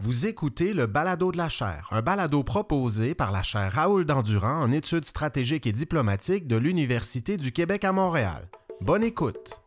Vous écoutez le Balado de la chaire, un balado proposé par la chaire Raoul Dandurand en études stratégiques et diplomatiques de l'Université du Québec à Montréal. Bonne écoute!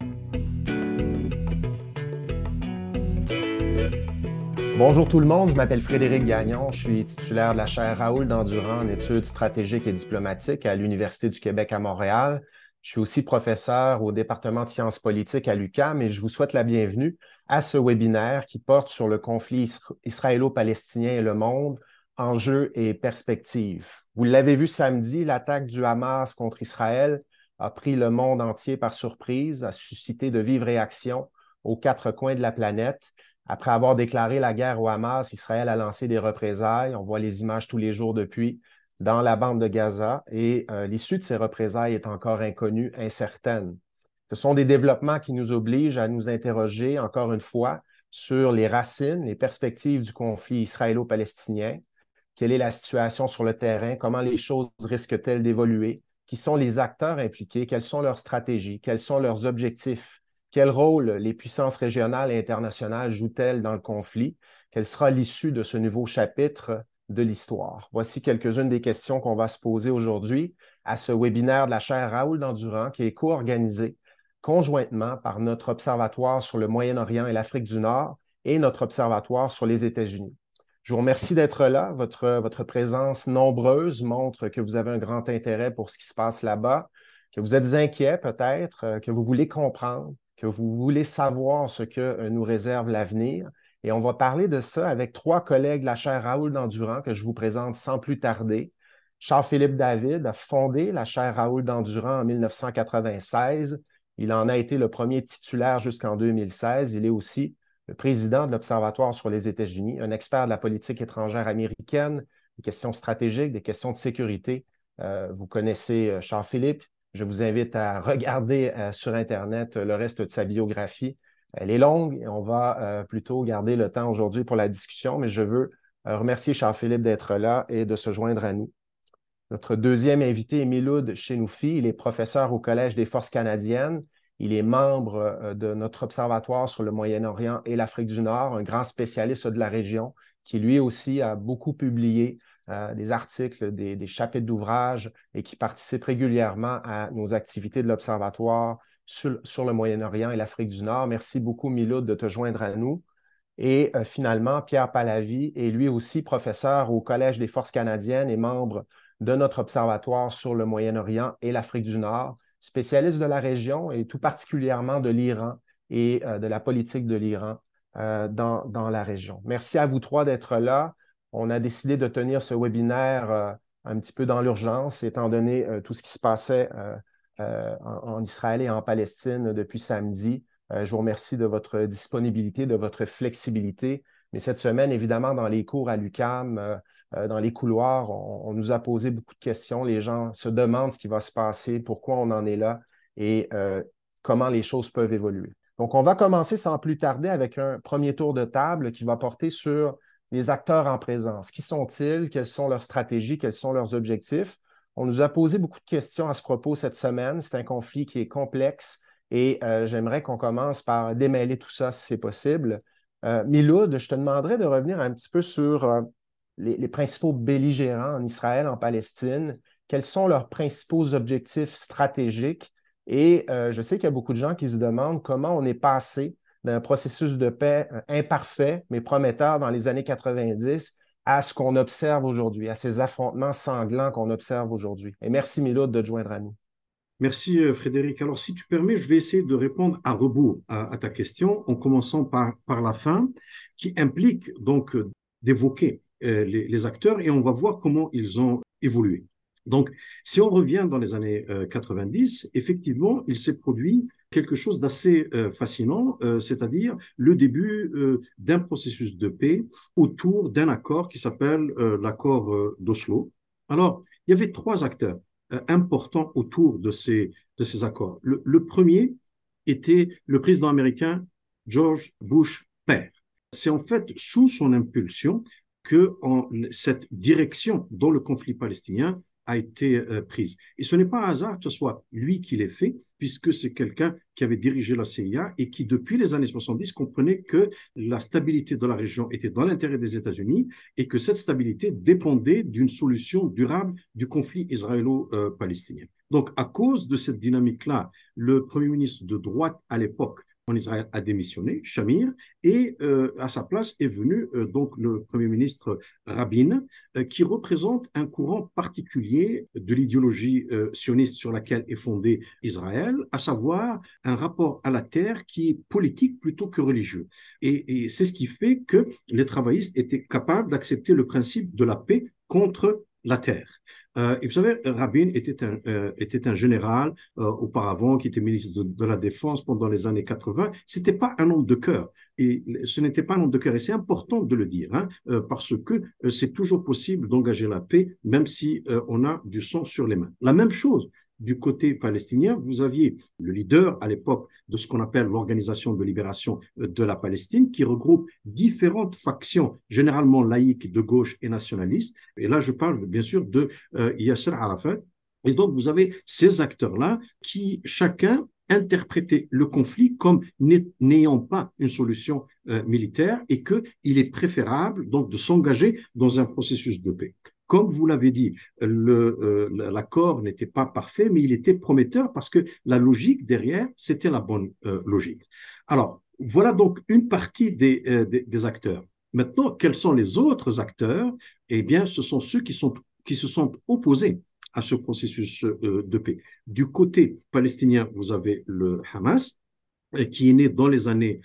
Bonjour tout le monde, je m'appelle Frédéric Gagnon, je suis titulaire de la chaire Raoul Dandurand en études stratégiques et diplomatiques à l'Université du Québec à Montréal. Je suis aussi professeur au département de sciences politiques à l'UQAM et je vous souhaite la bienvenue à ce webinaire qui porte sur le conflit israélo-palestinien et le monde, enjeux et perspectives. Vous l'avez vu samedi, l'attaque du Hamas contre Israël a pris le monde entier par surprise, a suscité de vives réactions aux quatre coins de la planète. Après avoir déclaré la guerre au Hamas, Israël a lancé des représailles. On voit les images tous les jours depuis dans la bande de Gaza et l'issue de ces représailles est encore inconnue, incertaine. Ce sont des développements qui nous obligent à nous interroger encore une fois sur les racines, les perspectives du conflit israélo-palestinien. Quelle est la situation sur le terrain? Comment les choses risquent-elles d'évoluer? Qui sont les acteurs impliqués? Quelles sont leurs stratégies? Quels sont leurs objectifs? Quel rôle les puissances régionales et internationales jouent-elles dans le conflit? Quelle sera l'issue de ce nouveau chapitre de l'histoire? Voici quelques-unes des questions qu'on va se poser aujourd'hui à ce webinaire de la chaire Raoul Dandurand qui est co-organisé conjointement par notre Observatoire sur le Moyen-Orient et l'Afrique du Nord et notre Observatoire sur les États-Unis. Je vous remercie d'être là. Votre présence nombreuse montre que vous avez un grand intérêt pour ce qui se passe là-bas, que vous êtes inquiet peut-être, que vous voulez comprendre, que vous voulez savoir ce que nous réserve l'avenir. Et on va parler de ça avec trois collègues de la chaire Raoul Dandurand que je vous présente sans plus tarder. Charles-Philippe David a fondé la chaire Raoul Dandurand en 1996. Il en a été le premier titulaire jusqu'en 2016. Il est aussi le président de l'Observatoire sur les États-Unis, un expert de la politique étrangère américaine, des questions stratégiques, des questions de sécurité. Vous connaissez Charles-Philippe. Je vous invite à regarder sur Internet le reste de sa biographie. Elle est longue et on va plutôt garder le temps aujourd'hui pour la discussion, mais je veux remercier Charles-Philippe d'être là et de se joindre à nous. Notre deuxième invité est Miloud Chenoufi. Il est professeur au Collège des Forces canadiennes. Il est membre de notre observatoire sur le Moyen-Orient et l'Afrique du Nord, un grand spécialiste de la région qui lui aussi a beaucoup publié des articles, des chapitres d'ouvrages et qui participe régulièrement à nos activités de l'Observatoire sur le Moyen-Orient et l'Afrique du Nord. Merci beaucoup, Miloud, de te joindre à nous. Et finalement, Pierre Pallavi est lui aussi professeur au Collège des Forces canadiennes et membre de notre Observatoire sur le Moyen-Orient et l'Afrique du Nord, spécialiste de la région et tout particulièrement de l'Iran et de la politique de l'Iran dans la région. Merci à vous trois d'être là. On a décidé de tenir ce webinaire un petit peu dans l'urgence, étant donné tout ce qui se passait en Israël et en Palestine depuis samedi. Je vous remercie de votre disponibilité, de votre flexibilité. Mais cette semaine, évidemment, dans les cours à l'UQAM, dans les couloirs, on nous a posé beaucoup de questions. Les gens se demandent ce qui va se passer, pourquoi on en est là et comment les choses peuvent évoluer. Donc, on va commencer sans plus tarder avec un premier tour de table qui va porter sur les acteurs en présence. Qui sont-ils? Quelles sont leurs stratégies? Quels sont leurs objectifs? On nous a posé beaucoup de questions à ce propos cette semaine. C'est un conflit qui est complexe et j'aimerais qu'on commence par démêler tout ça si c'est possible. Miloud, je te demanderais de revenir un petit peu sur les principaux belligérants en Israël, en Palestine. Quels sont leurs principaux objectifs stratégiques? Et je sais qu'il y a beaucoup de gens qui se demandent comment on est passé d'un processus de paix imparfait, mais prometteur dans les années 90 à ce qu'on observe aujourd'hui, à ces affrontements sanglants qu'on observe aujourd'hui. Et merci, Miloud, de te joindre à nous. Merci Frédéric. Alors, si tu permets, je vais essayer de répondre à rebours à ta question en commençant par la fin, qui implique donc d'évoquer les acteurs et on va voir comment ils ont évolué. Donc, si on revient dans les années 90, effectivement, il s'est produit quelque chose d'assez fascinant, c'est-à-dire le début d'un processus de paix autour d'un accord qui s'appelle l'accord d'Oslo. Alors, il y avait trois acteurs importants autour de ces accords. Le premier était le président américain George Bush père. C'est en fait sous son impulsion que cette direction dans le conflit palestinien a été prise. Et ce n'est pas un hasard que ce soit lui qui l'ait fait, puisque c'est quelqu'un qui avait dirigé la CIA et qui, depuis les années 70, comprenait que la stabilité de la région était dans l'intérêt des États-Unis et que cette stabilité dépendait d'une solution durable du conflit israélo-palestinien. Donc, à cause de cette dynamique-là, le Premier ministre de droite à l'époque en Israël a démissionné, Shamir, et à sa place est venu donc le Premier ministre Rabin, qui représente un courant particulier de l'idéologie sioniste sur laquelle est fondé Israël, à savoir un rapport à la terre qui est politique plutôt que religieux. Et c'est ce qui fait que les travaillistes étaient capables d'accepter le principe de la paix contre la terre. Et vous savez, Rabin était un général auparavant qui était ministre de la Défense pendant les années 80. Ce n'était pas un homme de cœur. Et ce n'était pas un homme de cœur. Et c'est important de le dire, hein, parce que c'est toujours possible d'engager la paix, même si on a du sang sur les mains. La même chose du côté palestinien, vous aviez le leader à l'époque de ce qu'on appelle l'Organisation de libération de la Palestine, qui regroupe différentes factions, généralement laïques, de gauche et nationalistes. Et là, je parle bien sûr de Yasser Arafat. Et donc, vous avez ces acteurs-là qui, chacun, interprétaient le conflit comme n'ayant pas une solution militaire et qu'il est préférable donc de s'engager dans un processus de paix. Comme vous l'avez dit, l'accord n'était pas parfait, mais il était prometteur parce que la logique derrière, c'était la bonne logique. Alors, voilà donc une partie des acteurs. Maintenant, quels sont les autres acteurs? Eh bien, ce sont ceux qui se sont opposés à ce processus de paix. Du côté palestinien, vous avez le Hamas, qui est né dans les années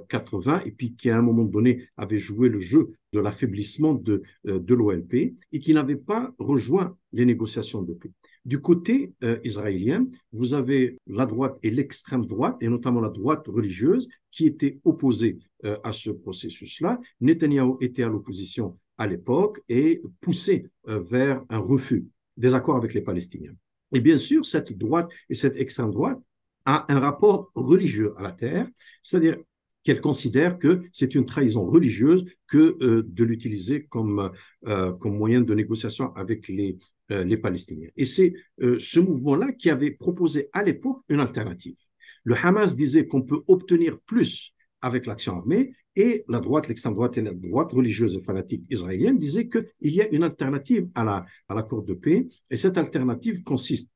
80 et puis qui, à un moment donné, avait joué le jeu de l'affaiblissement de l'OLP et qui n'avait pas rejoint les négociations de paix. Du côté israélien, vous avez la droite et l'extrême droite, et notamment la droite religieuse, qui étaient opposées à ce processus-là. Netanyahou était à l'opposition à l'époque et poussé vers un refus des accords avec les Palestiniens. Et bien sûr, cette droite et cette extrême droite a un rapport religieux à la terre, c'est-à-dire qu'elle considère que c'est une trahison religieuse que de l'utiliser comme moyen de négociation avec les Palestiniens. Et c'est ce mouvement-là qui avait proposé à l'époque une alternative. Le Hamas disait qu'on peut obtenir plus avec l'action armée, et la droite, l'extrême droite et la droite religieuse et fanatique israélienne disaient qu'il y a une alternative à l'accord de paix, et cette alternative consiste,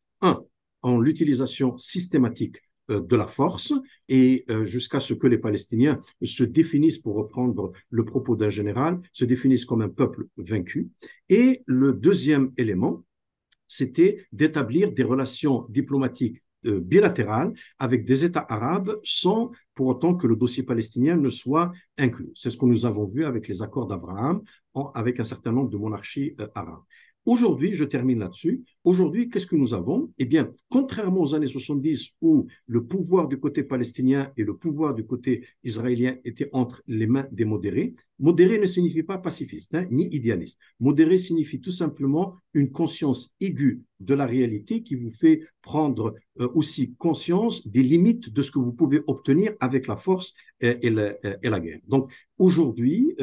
en l'utilisation systématique de la force et jusqu'à ce que les Palestiniens se définissent, pour reprendre le propos d'un général, se définissent comme un peuple vaincu. Et le deuxième élément, c'était d'établir des relations diplomatiques bilatérales avec des États arabes sans pour autant que le dossier palestinien ne soit inclus. C'est ce que nous avons vu avec les accords d'Abraham, avec un certain nombre de monarchies arabes. Aujourd'hui, je termine là-dessus. Aujourd'hui, qu'est-ce que nous avons? Eh bien, contrairement aux années 70 où le pouvoir du côté palestinien et le pouvoir du côté israélien étaient entre les mains des modérés, modéré ne signifie pas pacifiste, ni idéaliste. Modéré signifie tout simplement une conscience aiguë de la réalité qui vous fait prendre aussi conscience des limites de ce que vous pouvez obtenir avec la force et la guerre. Donc, aujourd'hui,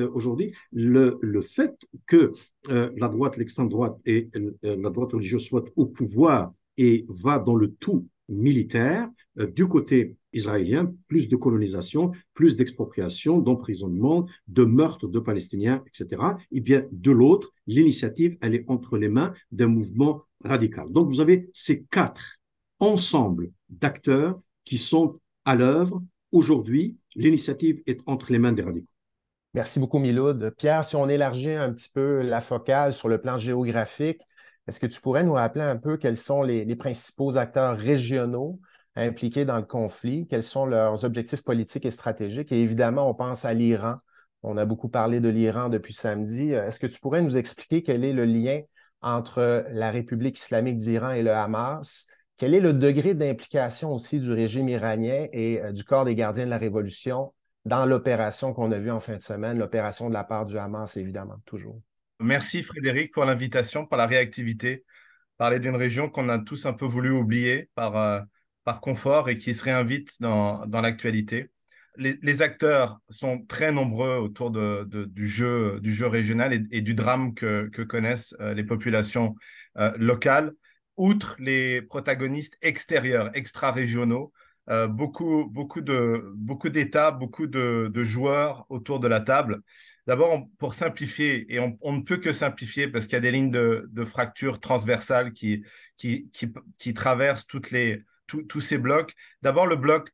le fait que la droite, l'extrême droite et la droite religieuse soient au pouvoir et va dans le tout militaire, du côté israélien, plus de colonisation, plus d'expropriation, d'emprisonnement, de meurtres de Palestiniens, etc. Et bien, de l'autre, l'initiative, elle est entre les mains d'un mouvement radical. Donc, vous avez ces quatre ensembles d'acteurs qui sont à l'œuvre. Aujourd'hui, l'initiative est entre les mains des radicaux. Merci beaucoup, Miloud. Pierre, si on élargit un petit peu la focale sur le plan géographique, est-ce que tu pourrais nous rappeler un peu quels sont les principaux acteurs régionaux impliqués dans le conflit, quels sont leurs objectifs politiques et stratégiques? Et évidemment, on pense à l'Iran. On a beaucoup parlé de l'Iran depuis samedi. Est-ce que tu pourrais nous expliquer quel est le lien entre la République islamique d'Iran et le Hamas? Quel est le degré d'implication aussi du régime iranien et du corps des gardiens de la Révolution dans l'opération qu'on a vue en fin de semaine, l'opération de la part du Hamas, évidemment, toujours? Merci Frédéric pour l'invitation, pour la réactivité. Parler d'une région qu'on a tous un peu voulu oublier par confort et qui se réinvite dans l'actualité. les acteurs sont très nombreux autour du jeu régional et du drame que connaissent les populations locales, outre les protagonistes extérieurs, extra-régionaux. Beaucoup d'États, beaucoup de joueurs autour de la table. D'abord, pour simplifier, et on ne peut que simplifier parce qu'il y a des lignes de fracture transversales qui traversent tous ces blocs. D'abord, le bloc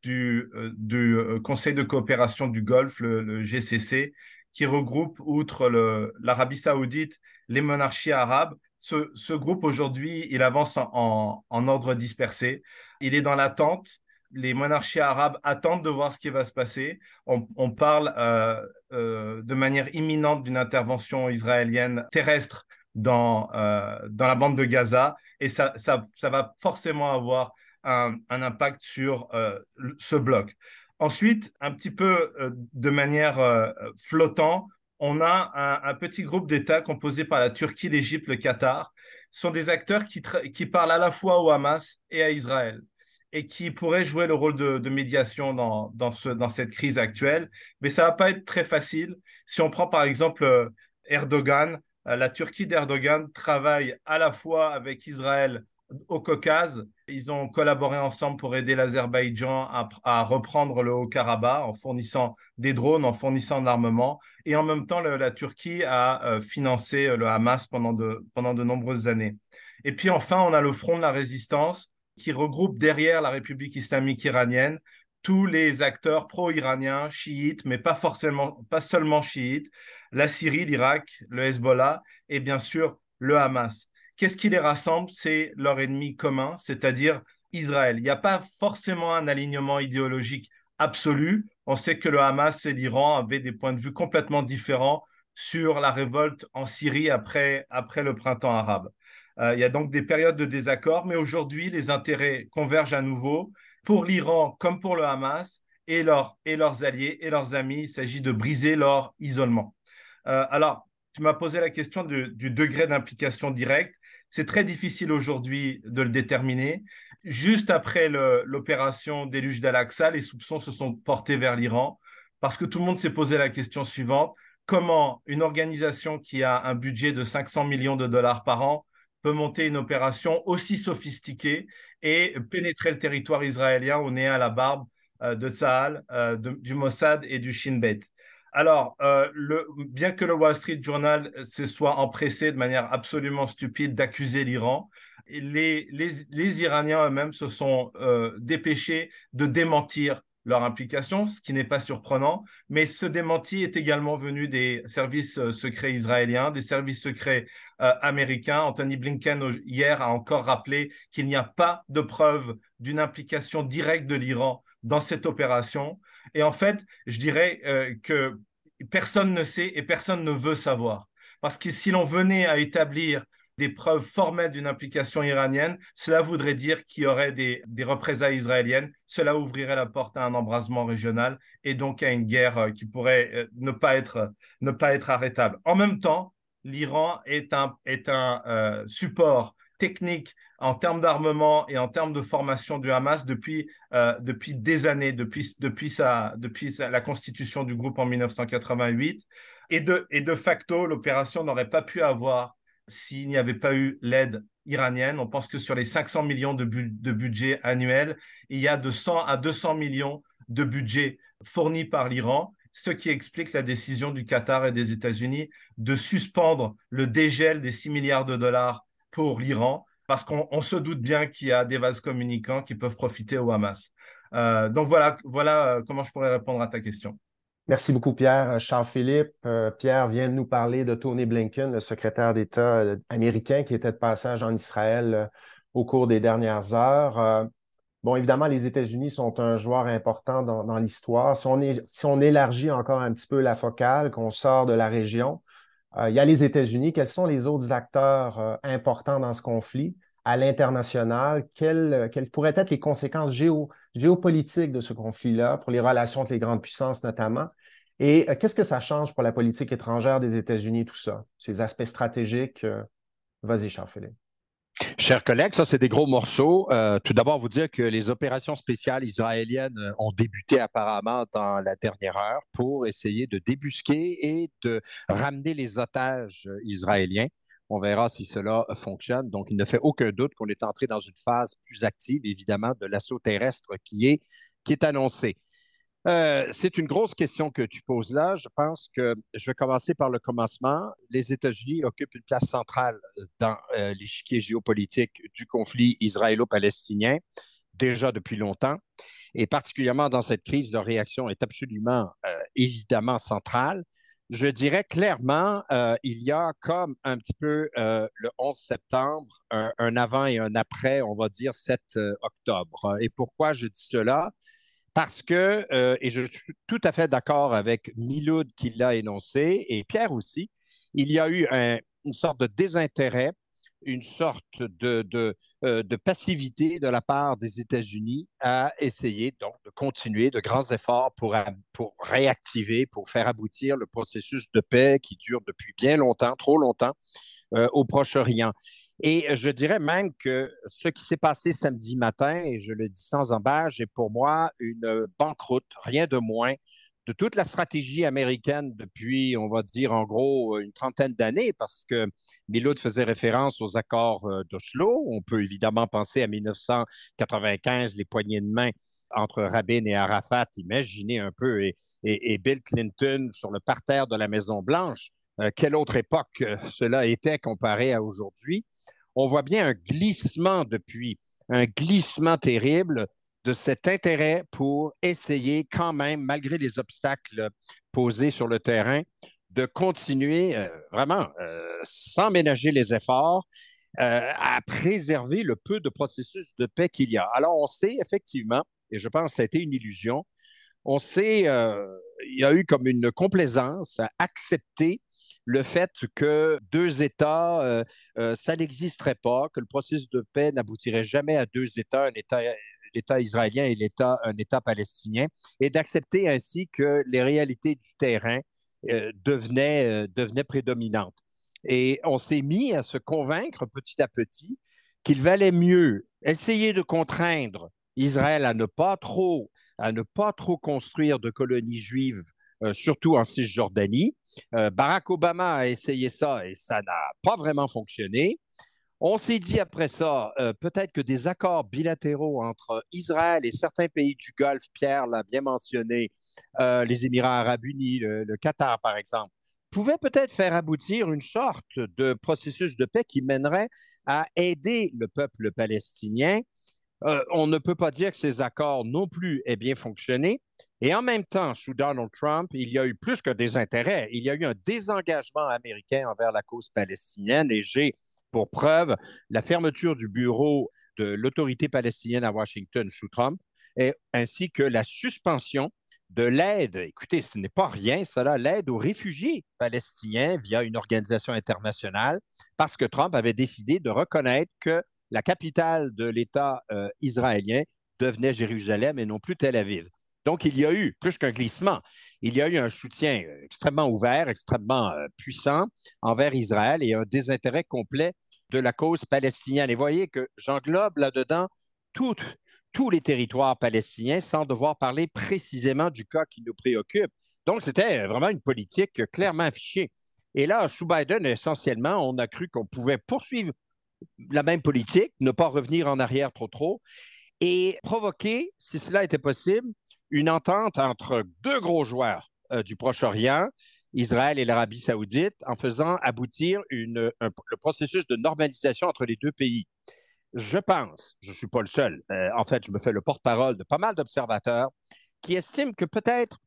du Conseil de coopération du Golfe, le GCC, qui regroupe, outre l'Arabie saoudite, les monarchies arabes. Ce groupe, aujourd'hui, il avance en ordre dispersé. Il est dans l'attente. Les monarchies arabes attendent de voir ce qui va se passer. On parle de manière imminente d'une intervention israélienne terrestre dans la bande de Gaza. Et ça va forcément avoir un impact sur ce bloc. Ensuite, un petit peu de manière flottant, on a un petit groupe d'États composé par la Turquie, l'Égypte, le Qatar. Ce sont des acteurs qui parlent à la fois au Hamas et à Israël et qui pourraient jouer le rôle de médiation dans cette crise actuelle. Mais ça ne va pas être très facile. Si on prend par exemple Erdogan, la Turquie d'Erdogan travaille à la fois avec Israël au Caucase. Ils ont collaboré ensemble pour aider l'Azerbaïdjan à reprendre le Haut-Karabakh en fournissant des drones, en fournissant de l'armement. Et en même temps, la Turquie a financé le Hamas pendant de nombreuses années. Et puis enfin, on a le Front de la Résistance qui regroupe derrière la République islamique iranienne tous les acteurs pro-iraniens, chiites, mais pas seulement chiites, la Syrie, l'Irak, le Hezbollah et bien sûr le Hamas. Qu'est-ce qui les rassemble? C'est leur ennemi commun, c'est-à-dire Israël. Il n'y a pas forcément un alignement idéologique absolu. On sait que le Hamas et l'Iran avaient des points de vue complètement différents sur la révolte en Syrie après le printemps arabe. Il y a donc des périodes de désaccord, mais aujourd'hui, les intérêts convergent à nouveau pour l'Iran comme pour le Hamas et leurs alliés et leurs amis. Il s'agit de briser leur isolement. Alors, tu m'as posé la question du degré d'implication directe. C'est très difficile aujourd'hui de le déterminer. Juste après l'opération déluge d'Al-Aqsa, les soupçons se sont portés vers l'Iran parce que tout le monde s'est posé la question suivante. Comment une organisation qui a un budget de 500 millions de dollars par an peut monter une opération aussi sophistiquée et pénétrer le territoire israélien au nez à la barbe de Tsahal, du Mossad et du Shin Bet? Alors, bien que le Wall Street Journal se soit empressé de manière absolument stupide d'accuser l'Iran, les Iraniens eux-mêmes se sont dépêchés de démentir leur implication, ce qui n'est pas surprenant, mais ce démenti est également venu des services secrets israéliens, des services secrets américains. Anthony Blinken, hier, a encore rappelé qu'il n'y a pas de preuve d'une implication directe de l'Iran dans cette opération. Et en fait, je dirais que personne ne sait et personne ne veut savoir. Parce que si l'on venait à établir des preuves formelles d'une implication iranienne, cela voudrait dire qu'il y aurait des représailles israéliennes. Cela ouvrirait la porte à un embrasement régional et donc à une guerre qui pourrait ne pas être arrêtable. En même temps, l'Iran est un support technique en termes d'armement et en termes de formation du Hamas depuis des années, depuis la constitution du groupe en 1988. Et de facto, l'opération n'aurait pas pu avoir s'il n'y avait pas eu l'aide iranienne. On pense que sur les 500 millions de budget annuel, il y a de 100 à 200 millions de budget fournis par l'Iran, ce qui explique la décision du Qatar et des États-Unis de suspendre le dégel des 6 milliards de dollars pour l'Iran, parce qu'on se doute bien qu'il y a des vases communicants qui peuvent profiter au Hamas. Donc voilà comment je pourrais répondre à ta question. Merci beaucoup, Pierre. Charles-Philippe, Pierre vient de nous parler de Tony Blinken, le secrétaire d'État américain qui était de passage en Israël au cours des dernières heures. Bon, évidemment, les États-Unis sont un joueur important dans l'histoire. Si on élargit encore un petit peu la focale, qu'on sort de la région, il y a les États-Unis. Quels sont les autres acteurs importants dans ce conflit à l'international? Quelles pourraient être les conséquences géopolitiques de ce conflit-là pour les relations entre les grandes puissances notamment? Et qu'est-ce que ça change pour la politique étrangère des États-Unis, tout ça, ces aspects stratégiques? Vas-y, Charles-Philippe. Chers collègues, ça, c'est des gros morceaux. Tout d'abord, vous dire que les opérations spéciales israéliennes ont débuté apparemment dans la dernière heure pour essayer de débusquer et de ramener les otages israéliens. On verra si cela fonctionne. Donc, il ne fait aucun doute qu'on est entré dans une phase plus active, évidemment, de l'assaut terrestre qui est annoncé. C'est une grosse question que tu poses là. Je pense que je vais commencer par le commencement. Les États-Unis occupent une place centrale dans l'échiquier géopolitique du conflit israélo-palestinien, déjà depuis longtemps. Et particulièrement dans cette crise, leur réaction est absolument, évidemment centrale. Je dirais clairement, il y a comme un petit peu le 11 septembre, un avant et un après, on va dire 7 octobre. Et pourquoi je dis cela? Parce que, et je suis tout à fait d'accord avec Miloud qui l'a énoncé, et Pierre aussi, il y a eu une sorte de désintérêt, une sorte de passivité de la part des États-Unis à essayer donc de continuer de grands efforts pour réactiver, pour faire aboutir le processus de paix qui dure depuis bien longtemps, trop longtemps, au Proche-Orient. Et je dirais même que ce qui s'est passé samedi matin, et je le dis sans embâche, est pour moi une banqueroute, rien de moins, de toute la stratégie américaine depuis, on va dire, en gros, une trentaine d'années, parce que Miloud faisait référence aux accords d'Oslo. On peut évidemment penser à 1995, les poignées de main entre Rabin et Arafat. Imaginez un peu, et Bill Clinton sur le parterre de la Maison-Blanche. Quelle autre époque cela était comparé à aujourd'hui. On voit bien un glissement depuis, un glissement terrible de cet intérêt pour essayer quand même, malgré les obstacles posés sur le terrain, de continuer vraiment, sans ménager les efforts, à préserver le peu de processus de paix qu'il y a. Alors, on sait effectivement, et je pense que ça a été une illusion, on sait, il y a eu comme une complaisance à accepter le fait que deux États, ça n'existerait pas, que le processus de paix n'aboutirait jamais à deux États, l'État israélien et un État palestinien, et d'accepter ainsi que les réalités du terrain devenaient prédominantes. Et on s'est mis à se convaincre petit à petit qu'il valait mieux essayer de contraindre Israël à ne pas trop construire de colonies juives, surtout en Cisjordanie. Barack Obama a essayé ça et ça n'a pas vraiment fonctionné. On s'est dit après ça, peut-être que des accords bilatéraux entre Israël et certains pays du Golfe, Pierre l'a bien mentionné, les Émirats arabes unis, le Qatar par exemple, pouvaient peut-être faire aboutir une sorte de processus de paix qui mènerait à aider le peuple palestinien. On ne peut pas dire que ces accords non plus aient bien fonctionné. Et en même temps, sous Donald Trump, il y a eu plus que des intérêts. Il y a eu un désengagement américain envers la cause palestinienne et j'ai pour preuve la fermeture du bureau de l'autorité palestinienne à Washington sous Trump, ainsi que la suspension de l'aide. Écoutez, ce n'est pas rien, cela, l'aide aux réfugiés palestiniens via une organisation internationale, parce que Trump avait décidé de reconnaître que la capitale de l'État israélien devenait Jérusalem et non plus Tel Aviv. Donc, il y a eu, plus qu'un glissement, il y a eu un soutien extrêmement ouvert, extrêmement puissant envers Israël et un désintérêt complet de la cause palestinienne. Et voyez que j'englobe là-dedans tous les territoires palestiniens sans devoir parler précisément du cas qui nous préoccupe. Donc, c'était vraiment une politique clairement affichée. Et là, sous Biden, essentiellement, on a cru qu'on pouvait poursuivre la même politique, ne pas revenir en arrière trop, et provoquer, si cela était possible, une entente entre deux gros joueurs du Proche-Orient, Israël et l'Arabie saoudite, en faisant aboutir le processus de normalisation entre les deux pays. Je pense, je ne suis pas le seul, en fait, je me fais le porte-parole de pas mal d'observateurs qui estiment que peut-être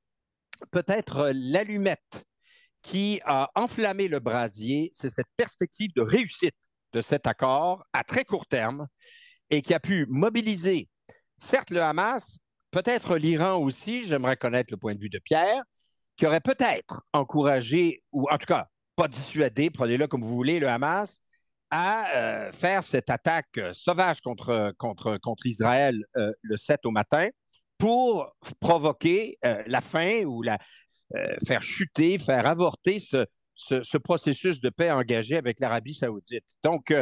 l'allumette qui a enflammé le brasier, c'est cette perspective de réussite de cet accord à très court terme et qui a pu mobiliser, certes le Hamas, peut-être l'Iran aussi, j'aimerais connaître le point de vue de Pierre, qui aurait peut-être encouragé, ou en tout cas pas dissuadé, prenez-le comme vous voulez, le Hamas, à faire cette attaque sauvage contre Israël le 7 au matin pour provoquer la fin ou faire chuter, faire avorter ce processus de paix engagé avec l'Arabie saoudite. Donc,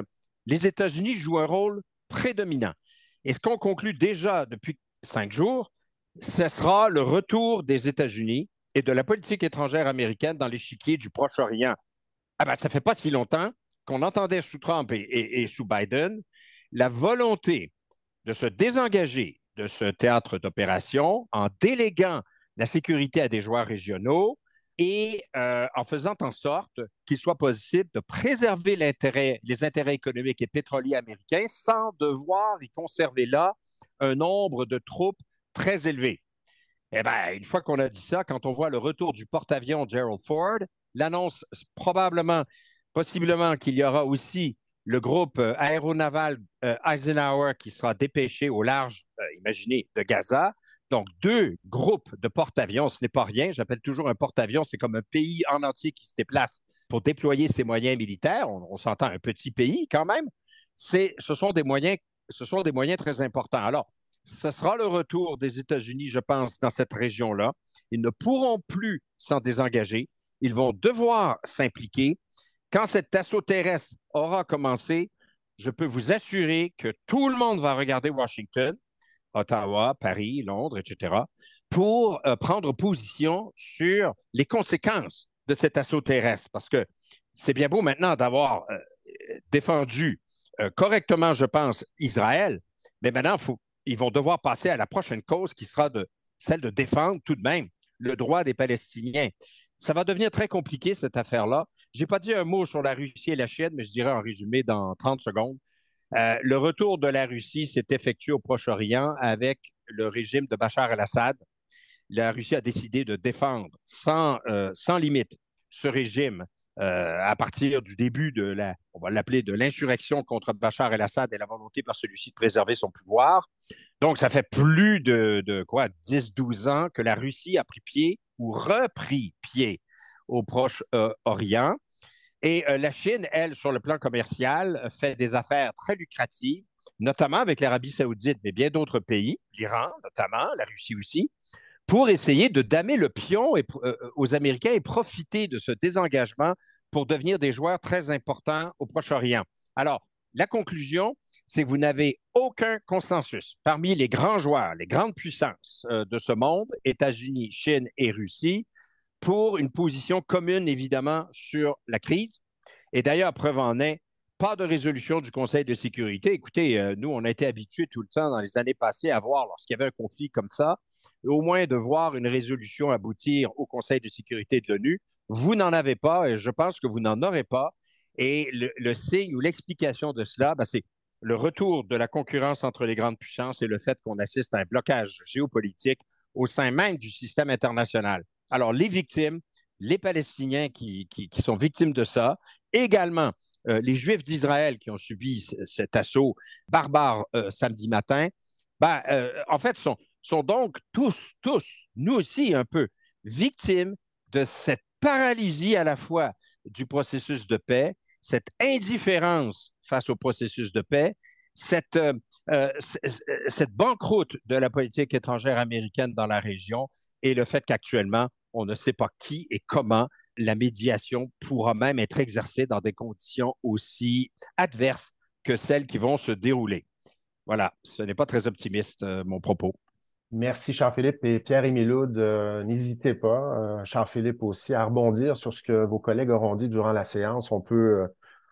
les États-Unis jouent un rôle prédominant. Et ce qu'on conclut déjà depuis 5 jours, ce sera le retour des États-Unis et de la politique étrangère américaine dans l'échiquier du Proche-Orient. Ah ben, ça ne fait pas si longtemps qu'on entendait sous Trump et sous Biden la volonté de se désengager de ce théâtre d'opération en déléguant la sécurité à des joueurs régionaux et en faisant en sorte qu'il soit possible de préserver les intérêts économiques et pétroliers américains sans devoir y conserver là un nombre de troupes très élevé. Eh bien, une fois qu'on a dit ça, quand on voit le retour du porte-avions Gerald Ford, l'annonce probablement, possiblement qu'il y aura aussi le groupe aéronaval Eisenhower qui sera dépêché au large, imaginez, de Gaza. Donc, 2 groupes de porte-avions, ce n'est pas rien. J'appelle toujours un porte-avions, c'est comme un pays en entier qui se déplace pour déployer ses moyens militaires. On s'entend un petit pays quand même. Ce sont des moyens très importants. Alors, ce sera le retour des États-Unis, je pense, dans cette région-là. Ils ne pourront plus s'en désengager. Ils vont devoir s'impliquer. Quand cet assaut terrestre aura commencé, je peux vous assurer que tout le monde va regarder Washington, Ottawa, Paris, Londres, etc., pour prendre position sur les conséquences de cet assaut terrestre. Parce que c'est bien beau maintenant d'avoir défendu correctement, je pense, Israël, mais maintenant, ils vont devoir passer à la prochaine cause qui sera celle de défendre tout de même le droit des Palestiniens. Ça va devenir très compliqué, cette affaire-là. Je n'ai pas dit un mot sur la Russie et la Chine, mais je dirais en résumé dans 30 secondes. Le retour de la Russie s'est effectué au Proche-Orient avec le régime de Bachar el-Assad. La Russie a décidé de défendre sans limite ce régime à partir du début on va l'appeler de l'insurrection contre Bachar el-Assad et la volonté par celui-ci de préserver son pouvoir. Donc, ça fait plus de 10-12 ans que la Russie a pris pied ou repris pied au Proche-Orient. Et la Chine, elle, sur le plan commercial, fait des affaires très lucratives, notamment avec l'Arabie saoudite, mais bien d'autres pays, l'Iran notamment, la Russie aussi, pour essayer de damer le pion aux Américains et profiter de ce désengagement pour devenir des joueurs très importants au Proche-Orient. Alors, la conclusion, c'est que vous n'avez aucun consensus parmi les grands joueurs, les grandes puissances de ce monde, États-Unis, Chine et Russie, pour une position commune, évidemment, sur la crise. Et d'ailleurs, preuve en est, pas de résolution du Conseil de sécurité. Écoutez, nous, on a été habitués tout le temps dans les années passées à voir, lorsqu'il y avait un conflit comme ça, au moins de voir une résolution aboutir au Conseil de sécurité de l'ONU. Vous n'en avez pas et je pense que vous n'en aurez pas. Et le signe ou l'explication de cela, c'est le retour de la concurrence entre les grandes puissances et le fait qu'on assiste à un blocage géopolitique au sein même du système international. Alors, les victimes, les Palestiniens qui sont victimes de ça, également les Juifs d'Israël qui ont subi cet assaut barbare samedi matin, en fait, sont donc tous, nous aussi un peu, victimes de cette paralysie à la fois du processus de paix, cette indifférence face au processus de paix, cette banqueroute de la politique étrangère américaine dans la région et le fait qu'actuellement, on ne sait pas qui et comment la médiation pourra même être exercée dans des conditions aussi adverses que celles qui vont se dérouler. Voilà, ce n'est pas très optimiste, mon propos. Merci, Charles-Philippe. Et Pierre et Miloud, n'hésitez pas, Charles-Philippe aussi, à rebondir sur ce que vos collègues auront dit durant la séance. On peut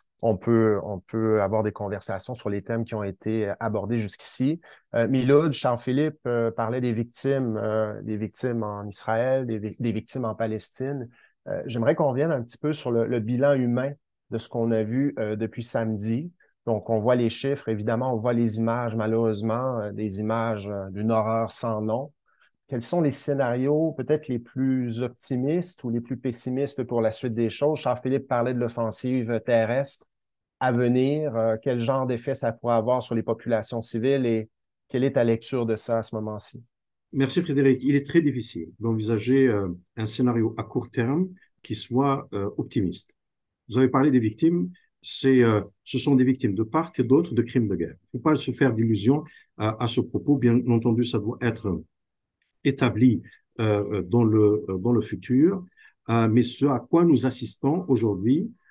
avoir des conversations sur les thèmes qui ont été abordés jusqu'ici. Miloud, Charles-Philippe parlait des victimes en Israël, des victimes en Palestine. J'aimerais qu'on revienne un petit peu sur le bilan humain de ce qu'on a vu depuis samedi. Donc, on voit les chiffres, évidemment, on voit les images, malheureusement, des images d'une horreur sans nom. Quels sont les scénarios peut-être les plus optimistes ou les plus pessimistes pour la suite des choses? Charles-Philippe parlait de l'offensive terrestre à venir. Quel genre d'effet ça pourrait avoir sur les populations civiles et quelle est ta lecture de ça à ce moment-ci? Merci Frédéric. Il est très difficile d'envisager un scénario à court terme qui soit optimiste. Vous avez parlé des victimes. Ce sont des victimes de part et d'autre de crimes de guerre. Il ne faut pas se faire d'illusions à ce propos. Bien entendu, ça doit être établi dans le futur. Mais ce à quoi nous assistons aujourd'hui,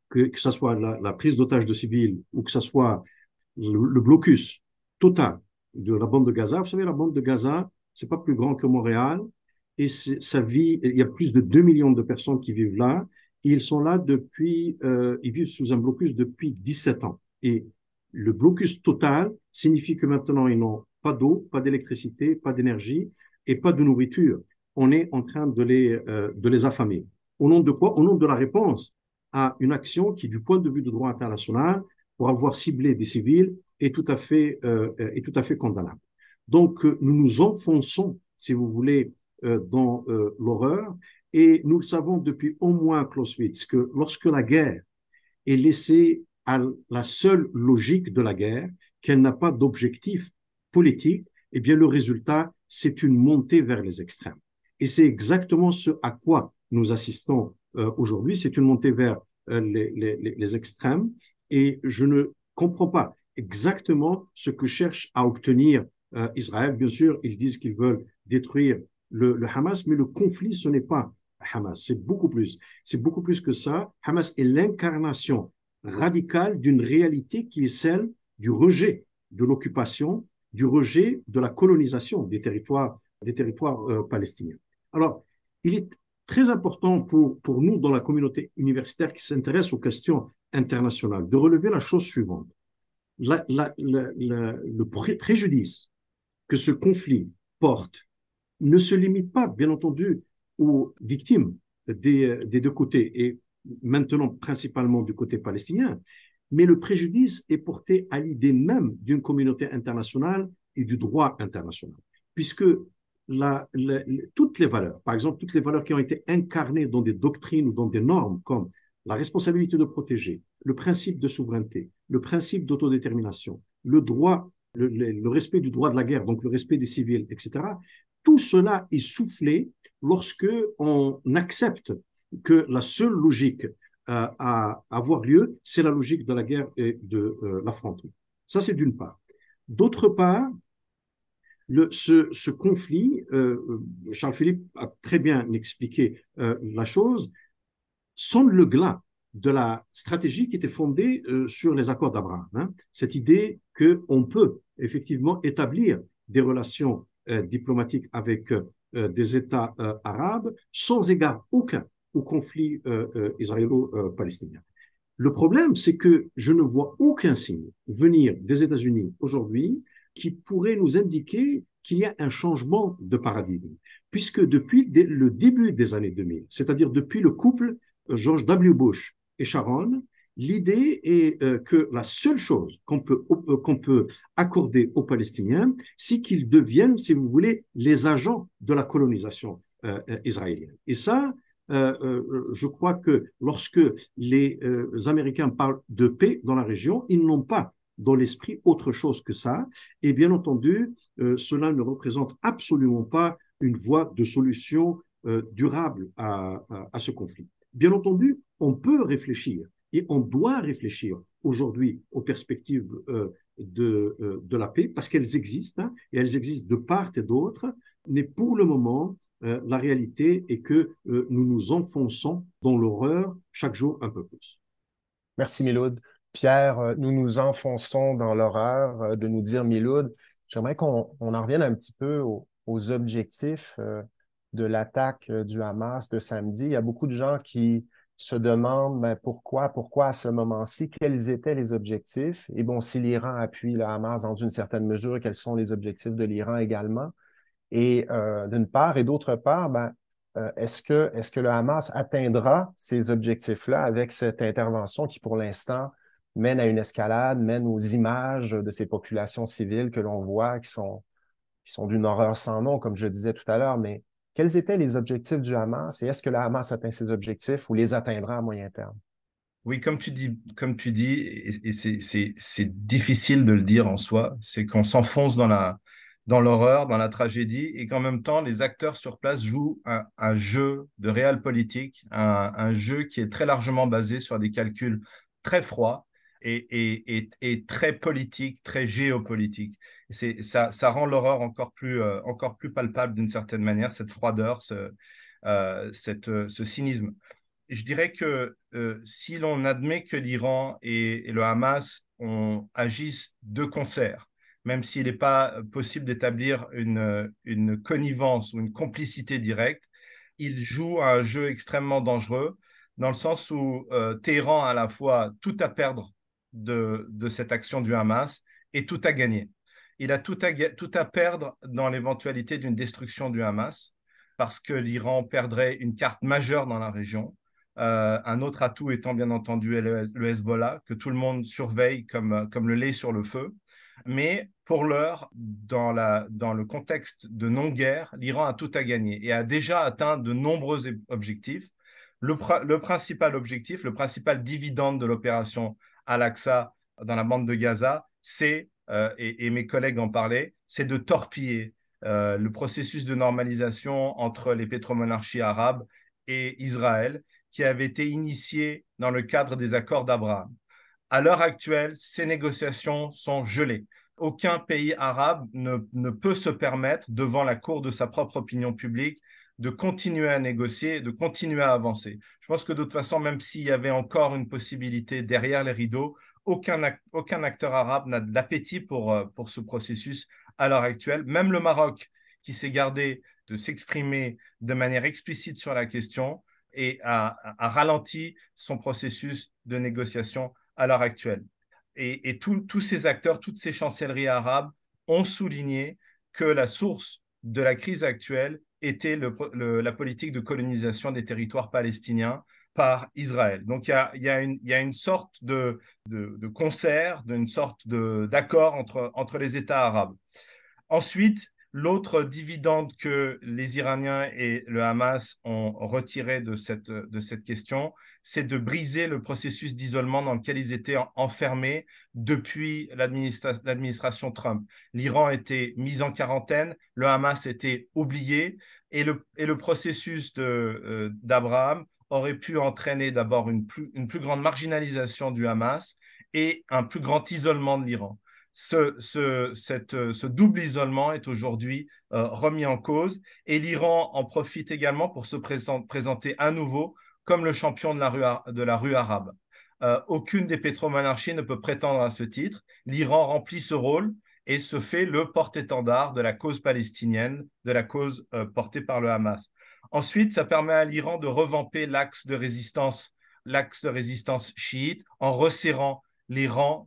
que ce soit la prise d'otages de civils ou que ce soit le blocus total de la bande de Gaza. Vous savez, la bande de Gaza, c'est pas plus grand que Montréal et ça vit, il y a plus de 2 millions de personnes qui vivent là. Et ils sont là ils vivent sous un blocus depuis 17 ans. Et le blocus total signifie que maintenant, ils n'ont pas d'eau, pas d'électricité, pas d'énergie et pas de nourriture. On est en train de les affamer. Au nom de quoi? Au nom de la réponse à une action qui, du point de vue du droit international, pour avoir ciblé des civils, est tout à fait condamnable. Donc, nous nous enfonçons, si vous voulez, dans l'horreur. Et nous le savons depuis au moins Clausewitz que lorsque la guerre est laissée à la seule logique de la guerre, qu'elle n'a pas d'objectif politique, eh bien, le résultat, c'est une montée vers les extrêmes. Et c'est exactement ce à quoi nous assistons aujourd'hui. C'est une montée vers les extrêmes. Et je ne comprends pas exactement ce que cherche à obtenir Israël. Bien sûr, ils disent qu'ils veulent détruire le Hamas, mais le conflit, ce n'est pas Hamas, c'est beaucoup plus. C'est beaucoup plus que ça. Hamas est l'incarnation radicale d'une réalité qui est celle du rejet de l'occupation, du rejet de la colonisation des territoires palestiniens. Alors, il est très important pour nous, dans la communauté universitaire qui s'intéresse aux questions internationales, de relever la chose suivante. Le préjudice que ce conflit porte ne se limite pas, bien entendu, aux victimes des deux côtés, et maintenant principalement du côté palestinien, mais le préjudice est porté à l'idée même d'une communauté internationale et du droit international, puisque toutes les valeurs, par exemple, toutes les valeurs qui ont été incarnées dans des doctrines ou dans des normes, comme la responsabilité de protéger, le principe de souveraineté, le principe d'autodétermination, le droit, le respect du droit de la guerre, donc le respect des civils, etc., tout cela est soufflé lorsque on accepte que la seule logique à avoir lieu, c'est la logique de la guerre et de l'affrontement. Ça, c'est d'une part. D'autre part, ce conflit, Charles-Philippe a très bien expliqué la chose, sonne le glas de la stratégie qui était fondée sur les accords d'Abraham. Hein. Cette idée qu'on peut effectivement établir des relations diplomatiques avec des États arabes sans égard aucun au conflit israélo-palestinien. Le problème, c'est que je ne vois aucun signe venir des États-Unis aujourd'hui qui pourrait nous indiquer qu'il y a un changement de paradigme, puisque depuis le début des années 2000, c'est-à-dire depuis le couple George W. Bush et Sharon, l'idée est que la seule chose qu'on peut accorder aux Palestiniens, c'est qu'ils deviennent, si vous voulez, les agents de la colonisation israélienne. Et ça, je crois que lorsque les Américains parlent de paix dans la région, ils n'ont pas dans l'esprit autre chose que ça. Et bien entendu, cela ne représente absolument pas une voie de solution durable à ce conflit. Bien entendu, on peut réfléchir et on doit réfléchir aujourd'hui aux perspectives de la paix parce qu'elles existent hein, et elles existent de part et d'autre. Mais pour le moment, la réalité est que nous nous enfonçons dans l'horreur chaque jour un peu plus. Merci, Miloud. Pierre, nous nous enfonçons dans l'horreur de nous dire, Miloud. J'aimerais qu'on en revienne un petit peu aux objectifs de l'attaque du Hamas de samedi. Il y a beaucoup de gens qui se demandent pourquoi à ce moment-ci, quels étaient les objectifs. Et bon, si l'Iran appuie le Hamas dans une certaine mesure, quels sont les objectifs de l'Iran également? Et d'une part, et d'autre part, est-ce que le Hamas atteindra ces objectifs-là avec cette intervention qui, pour l'instant, mène à une escalade, mène aux images de ces populations civiles que l'on voit, qui sont d'une horreur sans nom, comme je disais tout à l'heure, mais quels étaient les objectifs du Hamas et est-ce que le Hamas atteint ses objectifs ou les atteindra à moyen terme? Oui, comme tu dis, et c'est difficile de le dire en soi, c'est qu'on s'enfonce dans l'horreur, dans la tragédie, et qu'en même temps, les acteurs sur place jouent un jeu de réel politique, un jeu qui est très largement basé sur des calculs très froids et très politiques, très géopolitiques. Ça rend l'horreur encore plus palpable d'une certaine manière, cette froideur, ce cynisme. je dirais que si l'on admet que l'Iran et le Hamas agissent de concert, même s'il n'est pas possible d'établir une connivence ou une complicité directe, ils jouent à un jeu extrêmement dangereux, dans le sens où Téhéran a à la fois tout à perdre de cette action du Hamas et tout à gagner. Il a tout à perdre dans l'éventualité d'une destruction du Hamas, parce que l'Iran perdrait une carte majeure dans la région. Un autre atout étant bien entendu le Hezbollah, que tout le monde surveille comme le lait sur le feu. Mais pour l'heure, dans le contexte de non-guerre, l'Iran a tout à gagner et a déjà atteint de nombreux objectifs. Le principal objectif, le principal dividende de l'opération Al-Aqsa dans la bande de Gaza, c'est, et mes collègues en parlaient, c'est de torpiller le processus de normalisation entre les pétromonarchies arabes et Israël, qui avait été initié dans le cadre des accords d'Abraham. À l'heure actuelle, ces négociations sont gelées. Aucun pays arabe ne peut se permettre, devant la cour de sa propre opinion publique, de continuer à négocier, de continuer à avancer. Je pense que de toute façon, même s'il y avait encore une possibilité derrière les rideaux, aucun acteur arabe n'a de l'appétit pour ce processus à l'heure actuelle. Même le Maroc, qui s'est gardé de s'exprimer de manière explicite sur la question, et a ralenti son processus de négociation à l'heure actuelle. Et tous ces acteurs, toutes ces chancelleries arabes ont souligné que la source de la crise actuelle était la politique de colonisation des territoires palestiniens par Israël. Donc il y a une sorte de concert, une sorte d'accord entre les États arabes. Ensuite, l'autre dividende que les Iraniens et le Hamas ont retiré de cette question, c'est de briser le processus d'isolement dans lequel ils étaient enfermés depuis l'administration Trump. L'Iran a été mis en quarantaine, le Hamas était oublié, et le processus d'Abraham aurait pu entraîner d'abord une plus grande marginalisation du Hamas et un plus grand isolement de l'Iran. Ce double isolement est aujourd'hui remis en cause, et l'Iran en profite également pour se présenter à nouveau comme le champion de la rue arabe. Aucune des pétromonarchies ne peut prétendre à ce titre. L'Iran remplit ce rôle et se fait le porte-étendard de la cause palestinienne, de la cause portée par le Hamas. Ensuite, ça permet à l'Iran de revamper l'axe de résistance chiite, en resserrant les rangs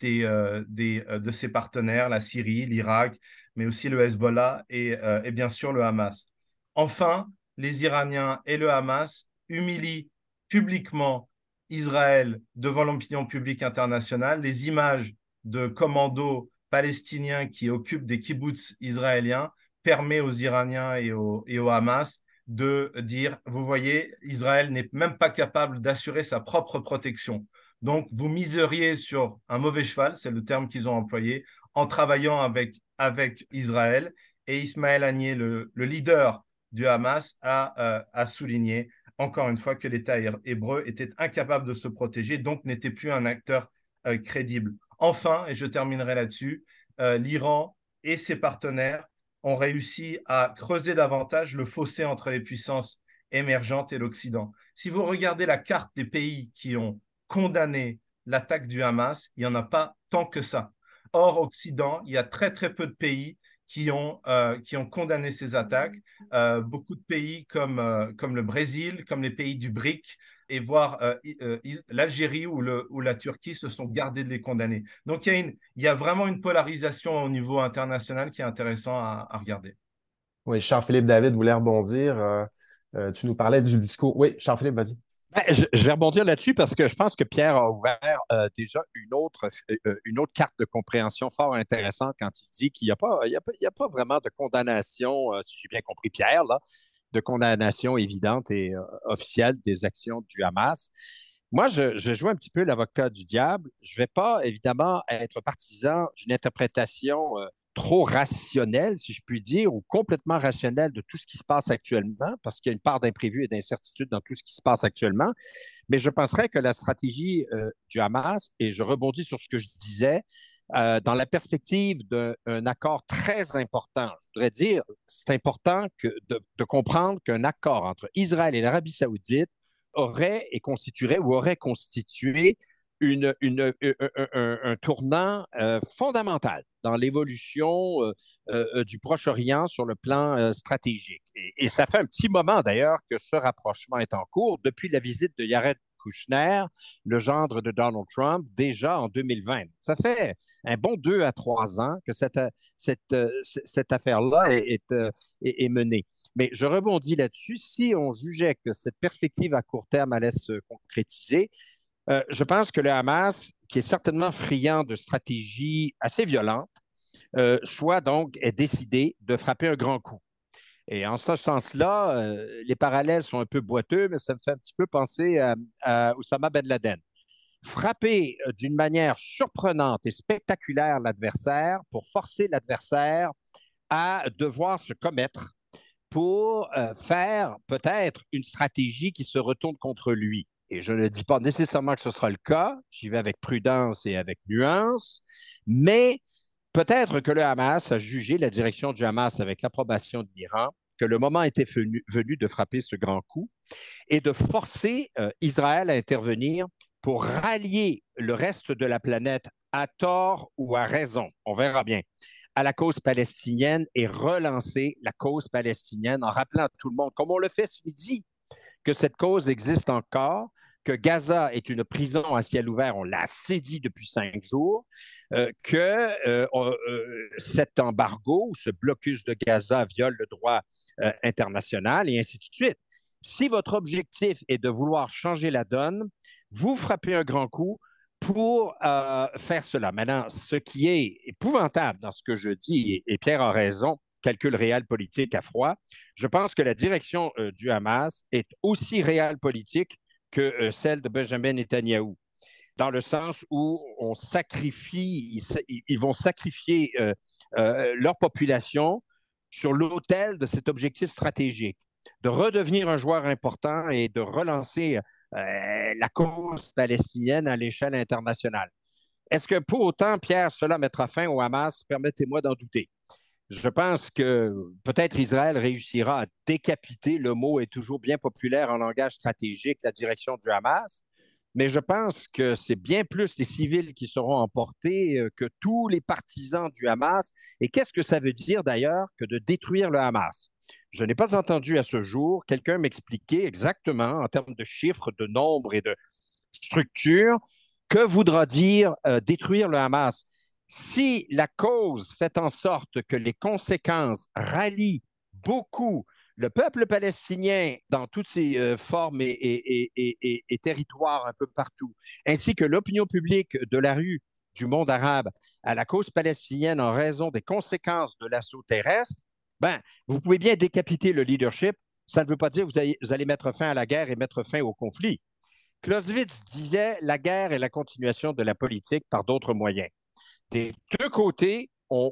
de ses partenaires, la Syrie, l'Irak, mais aussi le Hezbollah et bien sûr le Hamas. Enfin, les Iraniens et le Hamas humilient publiquement Israël devant l'opinion publique internationale. Les images de commandos palestiniens qui occupent des kibboutz israéliens permettent aux Iraniens et au Hamas de dire, vous voyez, Israël n'est même pas capable d'assurer sa propre protection. Donc, vous miseriez sur un mauvais cheval, c'est le terme qu'ils ont employé, en travaillant avec Israël. Et Ismaël Haniyeh, le leader du Hamas, a souligné encore une fois que l'État hébreu était incapable de se protéger, donc n'était plus un acteur crédible. Enfin, et je terminerai là-dessus, l'Iran et ses partenaires ont réussi à creuser davantage le fossé entre les puissances émergentes et l'Occident. Si vous regardez la carte des pays qui ont condamné l'attaque du Hamas, il n'y en a pas tant que ça. Hors Occident, il y a très très peu de pays qui ont condamné ces attaques. Beaucoup de pays comme le Brésil, comme les pays du BRIC, et voire l'Algérie ou la Turquie se sont gardés de les condamner. Donc il y a vraiment une polarisation au niveau international qui est intéressant à regarder. Oui, Charles-Philippe David voulait rebondir. Tu nous parlais du discours. Oui, Charles-Philippe, vas-y. Ben, je vais rebondir là-dessus parce que je pense que Pierre a ouvert déjà une autre carte de compréhension fort intéressante quand il dit qu'il n'y a pas, il y a pas vraiment de condamnation, si j'ai bien compris Pierre, là, de condamnation évidente et officielle des actions du Hamas. Moi, je joue un petit peu l'avocat du diable. Je ne vais pas, évidemment, être partisan d'une interprétation trop rationnelle, si je puis dire, ou complètement rationnelle de tout ce qui se passe actuellement, parce qu'il y a une part d'imprévu et d'incertitude dans tout ce qui se passe actuellement. Mais je penserais que la stratégie du Hamas, et je rebondis sur ce que je disais, dans la perspective d'un accord très important, je voudrais dire, c'est important de comprendre qu'un accord entre Israël et l'Arabie saoudite aurait et constituerait ou aurait constitué un tournant fondamental dans l'évolution du Proche-Orient sur le plan stratégique. Et ça fait un petit moment d'ailleurs que ce rapprochement est en cours depuis la visite de Jared Kushner, le gendre de Donald Trump, déjà en 2020. Ça fait un bon 2 à 3 ans que cette affaire-là est menée. Mais je rebondis là-dessus. Si on jugeait que cette perspective à court terme allait se concrétiser, je pense que le Hamas, qui est certainement friand de stratégies assez violentes, soit donc est décidé de frapper un grand coup. Et en ce sens-là, les parallèles sont un peu boiteux, mais ça me fait un petit peu penser à Oussama Ben Laden. Frapper d'une manière surprenante et spectaculaire l'adversaire pour forcer l'adversaire à devoir se commettre pour faire peut-être une stratégie qui se retourne contre lui. Et je ne dis pas nécessairement que ce sera le cas, j'y vais avec prudence et avec nuance, mais peut-être que le Hamas a jugé, la direction du Hamas avec l'approbation de l'Iran, que le moment était venu de frapper ce grand coup et de forcer Israël à intervenir pour rallier le reste de la planète à tort ou à raison, on verra bien, à la cause palestinienne et relancer la cause palestinienne en rappelant à tout le monde, comme on le fait ce midi, que cette cause existe encore, que Gaza est une prison à ciel ouvert, on l'a assez dit depuis 5 jours, que cet embargo ou ce blocus de Gaza viole le droit international et ainsi de suite. Si votre objectif est de vouloir changer la donne, vous frappez un grand coup pour faire cela. Maintenant, ce qui est épouvantable dans ce que je dis, et Pierre a raison, calcul réel politique à froid, je pense que la direction du Hamas est aussi réelle politique que celle de Benjamin Netanyahou, dans le sens où ils vont sacrifier leur population sur l'autel de cet objectif stratégique, de redevenir un joueur important et de relancer la cause palestinienne à l'échelle internationale. Est-ce que pour autant, Pierre, cela mettra fin au Hamas? Permettez-moi d'en douter. Je pense que peut-être Israël réussira à décapiter, le mot est toujours bien populaire en langage stratégique, la direction du Hamas, mais je pense que c'est bien plus les civils qui seront emportés que tous les partisans du Hamas. Et qu'est-ce que ça veut dire d'ailleurs que de détruire le Hamas? Je n'ai pas entendu à ce jour quelqu'un m'expliquer exactement en termes de chiffres, de nombres et de structure que voudra dire détruire le Hamas. Si la cause fait en sorte que les conséquences rallient beaucoup le peuple palestinien dans toutes ses formes et territoires un peu partout, ainsi que l'opinion publique de la rue du monde arabe à la cause palestinienne en raison des conséquences de l'assaut terrestre, ben, vous pouvez bien décapiter le leadership. Ça ne veut pas dire que vous allez mettre fin à la guerre et mettre fin au conflit. Clausewitz disait la guerre est la continuation de la politique par d'autres moyens. Des deux côtés, on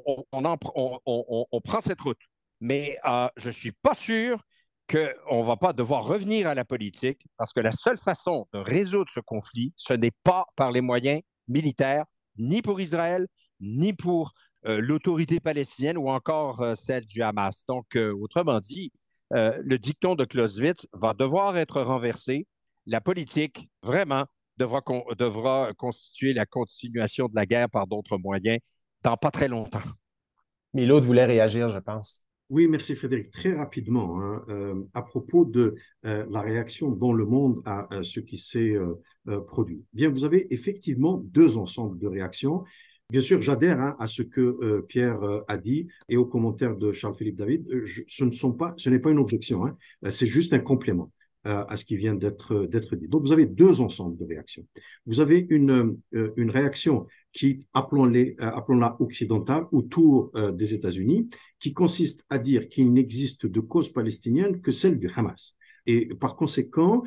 prend cette route. Mais je ne suis pas sûr qu'on ne va pas devoir revenir à la politique parce que la seule façon de résoudre ce conflit, ce n'est pas par les moyens militaires, ni pour Israël, ni pour l'autorité palestinienne ou encore celle du Hamas. Donc, autrement dit, le dicton de Clausewitz va devoir être renversé. La politique, vraiment, devra constituer la continuation de la guerre par d'autres moyens dans pas très longtemps. Mais l'autre voulait réagir, je pense. Oui, merci Frédéric. Très rapidement, à propos de la réaction dans le monde à ce qui s'est produit. Bien, vous avez effectivement deux ensembles de réactions. Bien sûr, j'adhère à ce que Pierre a dit et aux commentaires de Charles-Philippe David. Ce n'est pas une objection, c'est juste un complément à ce qui vient d'être dit. Donc, vous avez deux ensembles de réactions. Vous avez une réaction qui, appelons-la occidentale, autour des États-Unis, qui consiste à dire qu'il n'existe de cause palestinienne que celle du Hamas. Et par conséquent,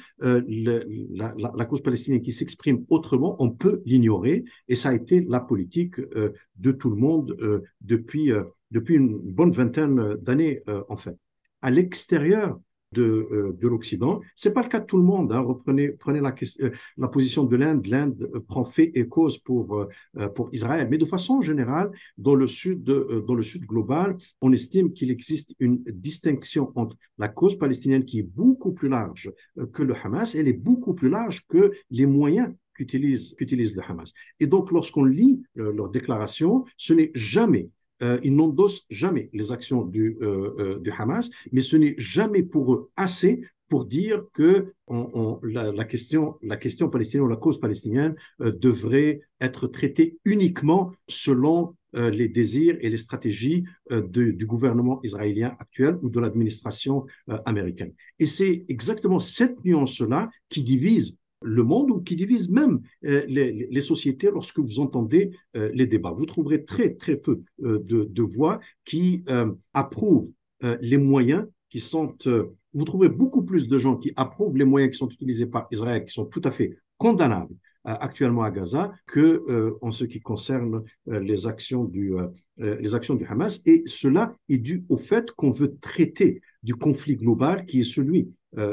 la cause palestinienne qui s'exprime autrement, on peut l'ignorer, et ça a été la politique de tout le monde depuis une bonne vingtaine d'années, en fait. À l'extérieur de l'Occident. Ce n'est pas le cas de tout le monde. Hein. Prenez la position de l'Inde. L'Inde prend fait et cause pour Israël. Mais de façon générale, dans le sud global, on estime qu'il existe une distinction entre la cause palestinienne qui est beaucoup plus large que le Hamas. Elle est beaucoup plus large que les moyens qu'utilise le Hamas. Et donc, lorsqu'on lit leur déclaration, ce n'est jamais ils n'endossent jamais les actions du Hamas, mais ce n'est jamais pour eux assez pour dire que la question palestinienne ou la cause palestinienne devrait être traitée uniquement selon les désirs et les stratégies du gouvernement israélien actuel ou de l'administration américaine. Et c'est exactement cette nuance-là qui divise le monde ou qui divise même les sociétés lorsque vous entendez les débats. Vous trouverez très, très peu de voix qui approuvent les moyens qui sont... vous trouverez beaucoup plus de gens qui approuvent les moyens qui sont utilisés par Israël, qui sont tout à fait condamnables actuellement à Gaza, en ce qui concerne les actions du Hamas. Et cela est dû au fait qu'on veut traiter du conflit global qui est celui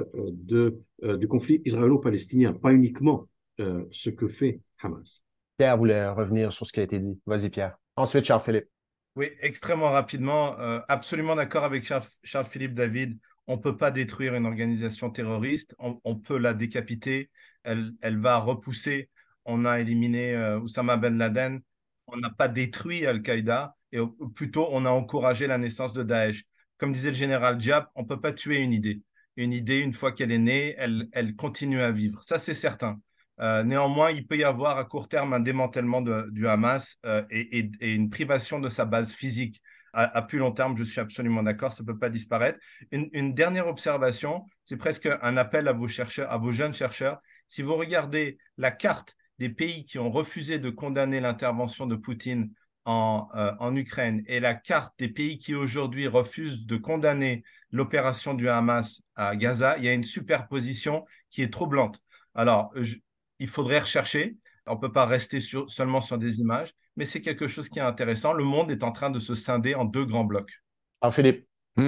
du conflit israélo-palestinien, pas uniquement ce que fait Hamas. Pierre voulait revenir sur ce qui a été dit. Vas-y, Pierre. Ensuite, Charles-Philippe. Oui, extrêmement rapidement, absolument d'accord avec Charles-Philippe David. On ne peut pas détruire une organisation terroriste, on peut la décapiter, elle va repousser. On a éliminé Oussama Ben Laden, on n'a pas détruit Al-Qaïda, et plutôt on a encouragé la naissance de Daesh. Comme disait le général Diab, on ne peut pas tuer une idée. Une idée, une fois qu'elle est née, elle continue à vivre. Ça, c'est certain. Néanmoins, il peut y avoir à court terme un démantèlement du Hamas et une privation de sa base physique. À plus long terme, je suis absolument d'accord, ça ne peut pas disparaître. Une dernière observation, c'est presque un appel à vos chercheurs, à vos jeunes chercheurs. Si vous regardez la carte des pays qui ont refusé de condamner l'intervention de Poutine en Ukraine et la carte des pays qui aujourd'hui refusent de condamner l'opération du Hamas à Gaza, il y a une superposition qui est troublante. Alors, il faudrait rechercher. On ne peut pas rester seulement sur des images, mais c'est quelque chose qui est intéressant. Le monde est en train de se scinder en deux grands blocs. Alors, Philippe.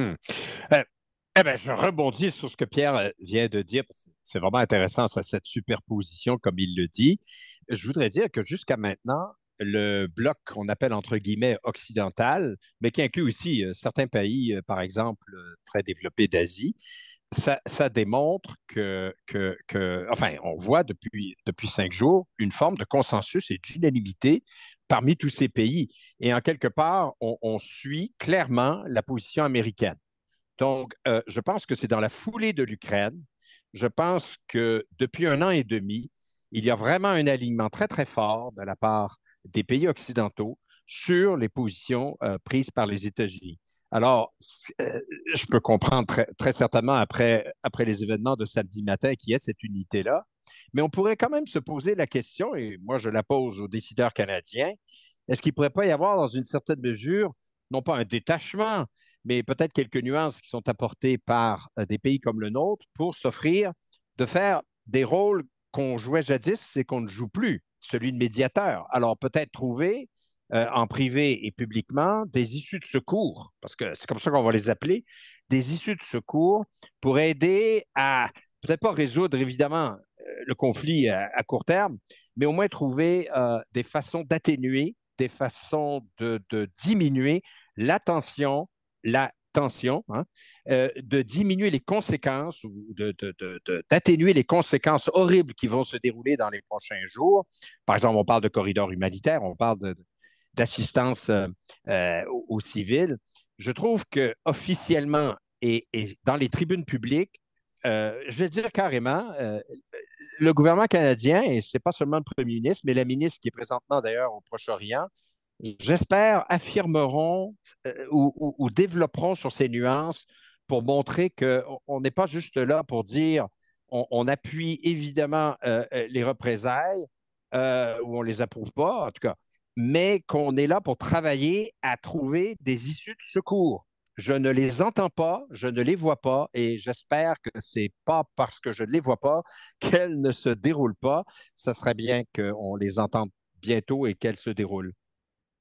Je rebondis sur ce que Pierre vient de dire, parce que c'est vraiment intéressant, cette superposition, comme il le dit. Je voudrais dire que jusqu'à maintenant, le bloc qu'on appelle entre guillemets occidental, mais qui inclut aussi certains pays, par exemple, très développés d'Asie, ça démontre enfin, on voit depuis 5 jours une forme de consensus et d'unanimité parmi tous ces pays. Et en quelque part, on suit clairement la position américaine. Donc, je pense que c'est dans la foulée de l'Ukraine. Je pense que depuis 1 an et demi, il y a vraiment un alignement très, très fort de la part des pays occidentaux sur les positions prises par les États-Unis. Alors, je peux comprendre très, très certainement après les événements de samedi matin qu'il y ait cette unité-là, mais on pourrait quand même se poser la question, et moi je la pose aux décideurs canadiens, est-ce qu'il ne pourrait pas y avoir dans une certaine mesure, non pas un détachement, mais peut-être quelques nuances qui sont apportées par des pays comme le nôtre pour s'offrir de faire des rôles qu'on jouait jadis et qu'on ne joue plus, celui de médiateur. Alors peut-être trouver en privé et publiquement des issues de secours, parce que c'est comme ça qu'on va les appeler, des issues de secours pour aider à, peut-être pas résoudre évidemment le conflit à court terme, mais au moins trouver des façons d'atténuer, des façons de diminuer la tension, de diminuer les conséquences ou d'atténuer les conséquences horribles qui vont se dérouler dans les prochains jours. Par exemple, on parle de corridors humanitaires, on parle d'assistance aux civils. Je trouve qu'officiellement et dans les tribunes publiques, je vais dire carrément, le gouvernement canadien, et ce n'est pas seulement le premier ministre, mais la ministre qui est présentement d'ailleurs au Proche-Orient, j'espère, affirmeront ou développeront sur ces nuances pour montrer qu'on n'est pas juste là pour dire on appuie évidemment les représailles ou on ne les approuve pas, en tout cas, mais qu'on est là pour travailler à trouver des issues de secours. Je ne les entends pas, je ne les vois pas et j'espère que ce n'est pas parce que je ne les vois pas qu'elles ne se déroulent pas. Ça serait bien qu'on les entende bientôt et qu'elles se déroulent.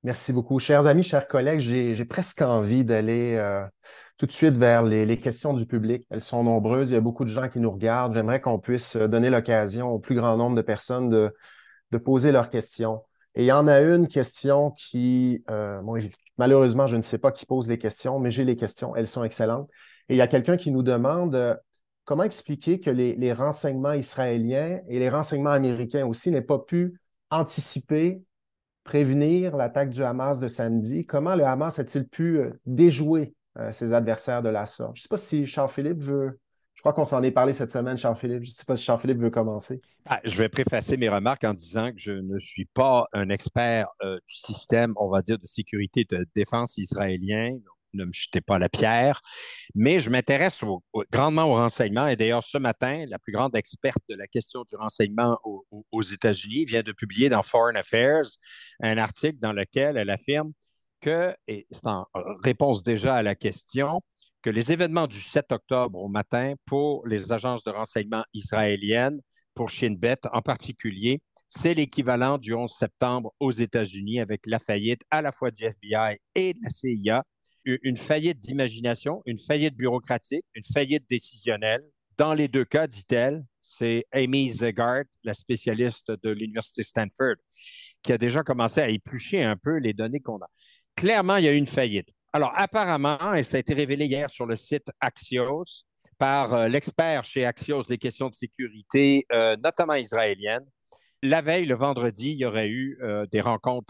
Merci beaucoup. Chers amis, chers collègues, j'ai presque envie d'aller tout de suite vers les questions du public. Elles sont nombreuses, il y a beaucoup de gens qui nous regardent. J'aimerais qu'on puisse donner l'occasion au plus grand nombre de personnes de poser leurs questions. Et il y en a une question qui, bon, malheureusement, je ne sais pas qui pose les questions, mais j'ai les questions, elles sont excellentes. Et il y a quelqu'un qui nous demande comment expliquer que les renseignements israéliens et les renseignements américains aussi n'aient pas pu anticiper, prévenir l'attaque du Hamas de samedi. Comment le Hamas a-t-il pu déjouer ses adversaires de la sorte? Je ne sais pas si Charles-Philippe veut. Je crois qu'on s'en est parlé cette semaine, Charles-Philippe. Je ne sais pas si Charles-Philippe veut commencer. Je vais préfacer mes remarques en disant que je ne suis pas un expert du système, on va dire, de sécurité et de défense israélien. Donc, ne me jetez pas la pierre. Mais je m'intéresse grandement au renseignement. Et d'ailleurs, ce matin, la plus grande experte de la question du renseignement aux États-Unis vient de publier dans Foreign Affairs un article dans lequel elle affirme que, et c'est en réponse déjà à la question, que les événements du 7 octobre au matin pour les agences de renseignement israéliennes, pour Shin Bet en particulier, c'est l'équivalent du 11 septembre aux États-Unis avec la faillite à la fois du FBI et de la CIA, une faillite d'imagination, une faillite bureaucratique, une faillite décisionnelle. Dans les deux cas, dit-elle, c'est Amy Zegart, la spécialiste de l'Université Stanford, qui a déjà commencé à éplucher un peu les données qu'on a. Clairement, il y a eu une faillite. Alors, apparemment, et ça a été révélé hier sur le site Axios, par l'expert chez Axios des questions de sécurité, notamment israélienne. La veille, le vendredi, il y aurait eu des rencontres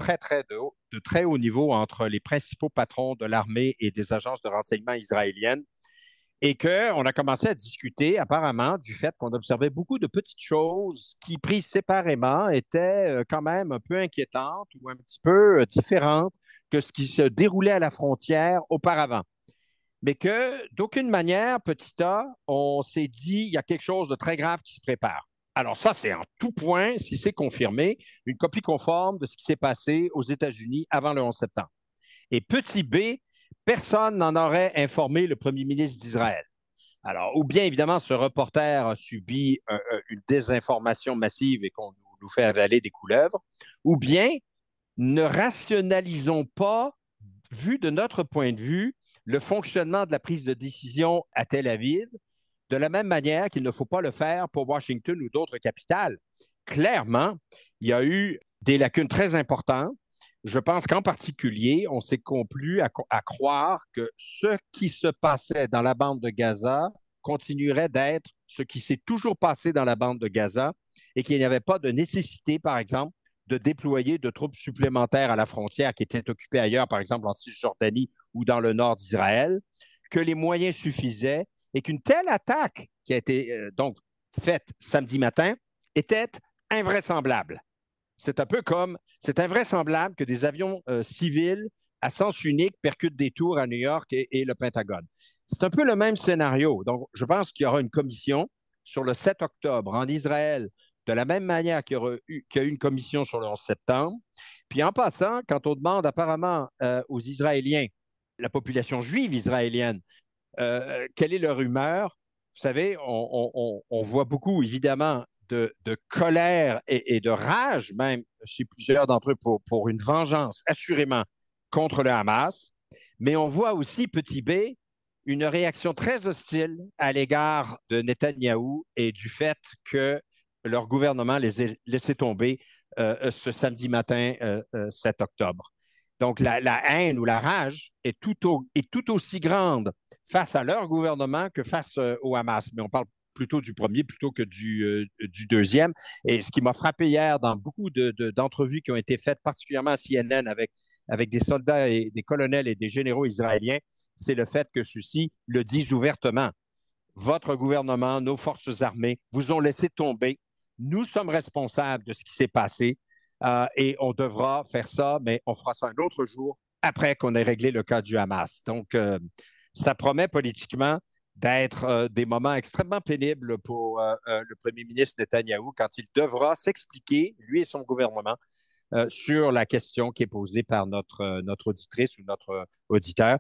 de très haut niveau entre les principaux patrons de l'armée et des agences de renseignement israéliennes et qu'on a commencé à discuter apparemment du fait qu'on observait beaucoup de petites choses qui, prises séparément, étaient quand même un peu inquiétantes ou un petit peu différentes que ce qui se déroulait à la frontière auparavant. Mais que d'aucune manière, petit a, on s'est dit il y a quelque chose de très grave qui se prépare. Alors ça, c'est en tout point, si c'est confirmé, une copie conforme de ce qui s'est passé aux États-Unis avant le 11 septembre. Et petit b, personne n'en aurait informé le premier ministre d'Israël. Alors, ou bien, évidemment, ce reporter a subi une désinformation massive et qu'on nous fait avaler des couleuvres, ou bien, ne rationalisons pas, vu de notre point de vue, le fonctionnement de la prise de décision à Tel Aviv, de la même manière qu'il ne faut pas le faire pour Washington ou d'autres capitales. Clairement, il y a eu des lacunes très importantes. Je pense qu'en particulier, on s'est complu à croire que ce qui se passait dans la bande de Gaza continuerait d'être ce qui s'est toujours passé dans la bande de Gaza et qu'il n'y avait pas de nécessité, par exemple, de déployer de troupes supplémentaires à la frontière qui étaient occupées ailleurs, par exemple en Cisjordanie ou dans le nord d'Israël, que les moyens suffisaient et qu'une telle attaque qui a été donc faite samedi matin était invraisemblable. C'est un peu comme, c'est invraisemblable que des avions civils à sens unique percutent des tours à New York et le Pentagone. C'est un peu le même scénario. Donc, je pense qu'il y aura une commission sur le 7 octobre en Israël, de la même manière qu'il y a eu une commission sur le 11 septembre. Puis en passant, quand on demande apparemment aux Israéliens, la population juive israélienne, quelle est leur humeur, vous savez, on voit beaucoup, évidemment, de colère et de rage, même chez plusieurs d'entre eux, pour une vengeance, assurément, contre le Hamas. Mais on voit aussi, petit b, une réaction très hostile à l'égard de Netanyahou et du fait que leur gouvernement les ait laissés tomber ce samedi matin, 7 octobre. Donc, la haine ou la rage est tout aussi grande face à leur gouvernement que face au Hamas. Mais on parle plutôt du premier plutôt que du deuxième. Et ce qui m'a frappé hier dans beaucoup d'entrevues qui ont été faites, particulièrement à CNN avec des soldats et des colonels et des généraux israéliens, c'est le fait que ceux-ci le disent ouvertement. Votre gouvernement, nos forces armées vous ont laissé tomber. Nous sommes responsables de ce qui s'est passé et on devra faire ça, mais on fera ça un autre jour après qu'on ait réglé le cas du Hamas. Donc, ça promet politiquement d'être des moments extrêmement pénibles pour le premier ministre Netanyahou quand il devra s'expliquer, lui et son gouvernement, sur la question qui est posée par notre auditrice ou notre auditeur.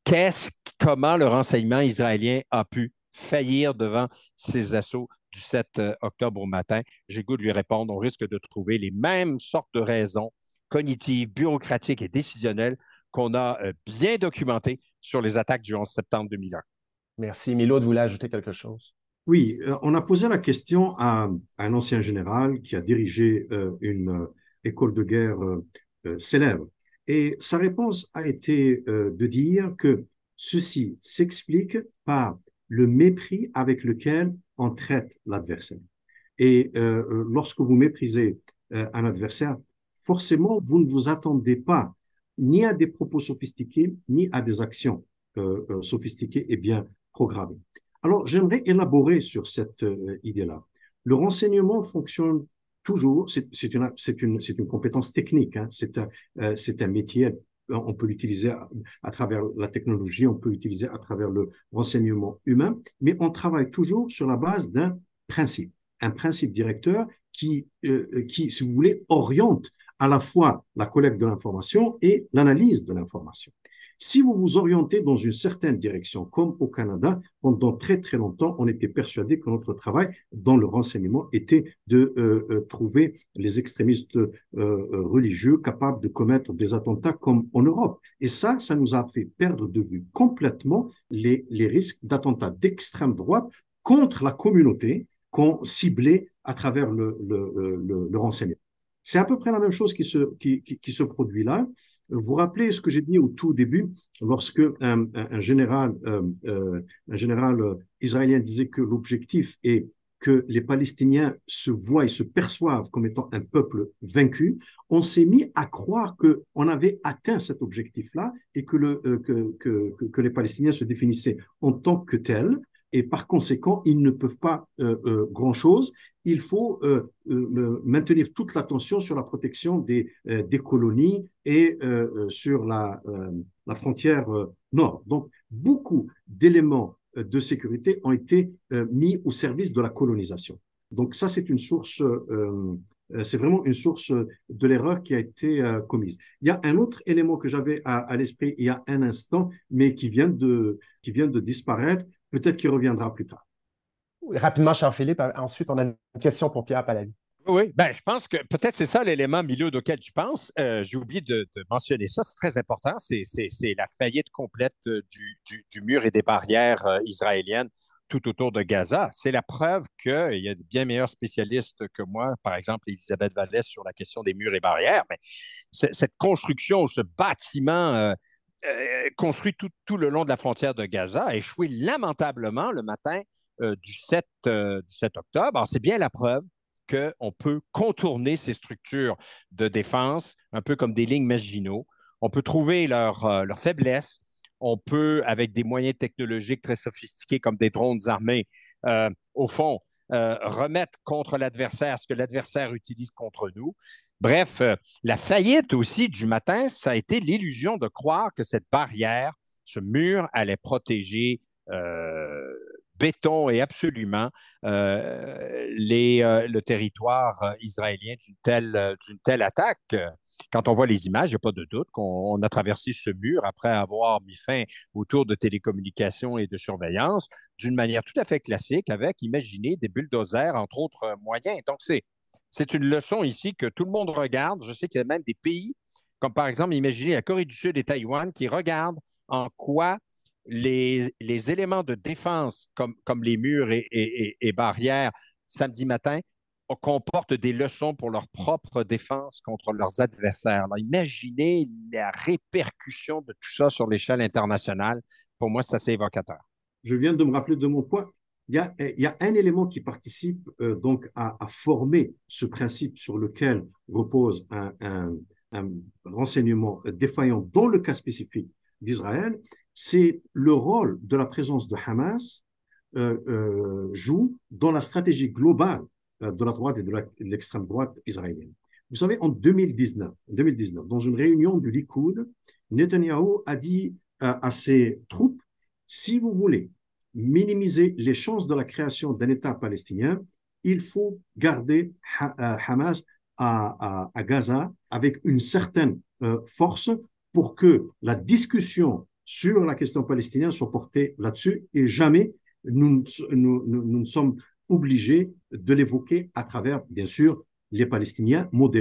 Comment le renseignement israélien a pu faillir devant ces assauts du 7 octobre au matin? J'ai goût de lui répondre, on risque de trouver les mêmes sortes de raisons cognitive, bureaucratique et décisionnelle qu'on a bien documentée sur les attaques du 11 septembre 2001. Merci. Milo, vous voulez ajouter quelque chose? Oui, on a posé la question à un ancien général qui a dirigé une école de guerre célèbre. Et sa réponse a été de dire que ceci s'explique par le mépris avec lequel on traite l'adversaire. Et lorsque vous méprisez un adversaire, forcément, vous ne vous attendez pas ni à des propos sophistiqués, ni à des actions sophistiquées et bien programmées. Alors, j'aimerais élaborer sur cette idée-là. Le renseignement fonctionne toujours, c'est une compétence technique, hein, c'est un métier, on peut l'utiliser à travers la technologie, on peut l'utiliser à travers le renseignement humain, mais on travaille toujours sur la base d'un principe, un principe directeur qui, si vous voulez, oriente à la fois la collecte de l'information et l'analyse de l'information. Si vous vous orientez dans une certaine direction, comme au Canada, pendant très très longtemps, on était persuadé que notre travail dans le renseignement était de trouver les extrémistes religieux capables de commettre des attentats comme en Europe. Et ça nous a fait perdre de vue complètement les risques d'attentats d'extrême droite contre la communauté qu'on ciblait à travers le renseignement. C'est à peu près la même chose qui se produit là. Vous rappelez ce que j'ai dit au tout début, lorsque un général israélien disait que l'objectif est que les Palestiniens se voient et se perçoivent comme étant un peuple vaincu, on s'est mis à croire qu'on avait atteint cet objectif-là et que les Palestiniens se définissaient en tant que tels. Et par conséquent, ils ne peuvent pas grand-chose. Il faut maintenir toute l'attention sur la protection des colonies et sur la frontière nord. Donc, beaucoup d'éléments de sécurité ont été mis au service de la colonisation. Donc, ça, c'est une source, c'est vraiment une source de l'erreur qui a été commise. Il y a un autre élément que j'avais à l'esprit il y a un instant, mais qui vient de disparaître. Peut-être qu'il reviendra plus tard. Rapidement, Charles-Philippe. Ensuite, on a une question pour Pierre Pallavi. Oui, ben, je pense que peut-être c'est ça l'élément, Milo, auquel tu penses. J'ai oublié de mentionner ça, c'est très important. C'est la faillite complète du mur et des barrières israéliennes tout autour de Gaza. C'est la preuve qu'il y a de bien meilleurs spécialistes que moi, par exemple Elisabeth Vallès sur la question des murs et barrières. Mais cette construction, ce bâtiment construit tout le long de la frontière de Gaza a échoué lamentablement le matin du 7 octobre. Alors, c'est bien la preuve qu'on peut contourner ces structures de défense, un peu comme des lignes Maginot. On peut trouver leur faiblesse. On peut, avec des moyens technologiques très sophistiqués comme des drones armés, au fond, remettre contre l'adversaire ce que l'adversaire utilise contre nous. Bref, la faillite aussi du matin, ça a été l'illusion de croire que cette barrière, ce mur, allait protéger béton et absolument le territoire israélien d'une telle attaque. Quand on voit les images, il n'y a pas de doute qu'on a traversé ce mur après avoir mis fin aux tours de télécommunications et de surveillance d'une manière tout à fait classique avec, imaginez, des bulldozers, entre autres moyens. Donc, c'est une leçon ici que tout le monde regarde. Je sais qu'il y a même des pays, comme par exemple, imaginez la Corée du Sud et Taïwan, qui regardent en quoi les éléments de défense, comme les murs et barrières, samedi matin, comportent des leçons pour leur propre défense contre leurs adversaires. Alors, imaginez la répercussion de tout ça sur l'échelle internationale. Pour moi, c'est assez évocateur. Je viens de me rappeler de mon point. Il y a un élément qui participe donc à former ce principe sur lequel repose un renseignement défaillant dans le cas spécifique d'Israël, c'est le rôle de la présence de Hamas joue dans la stratégie globale de la droite et de l'extrême droite israélienne. Vous savez, en 2019, dans une réunion du Likoud, Netanyahou a dit à ses troupes, si vous voulez minimiser les chances de la création d'un État palestinien, il faut garder Hamas à Gaza avec une certaine force pour que la discussion sur la question palestinienne soit portée là-dessus et jamais nous ne sommes obligés de l'évoquer à travers, bien sûr, les Palestiniens modérés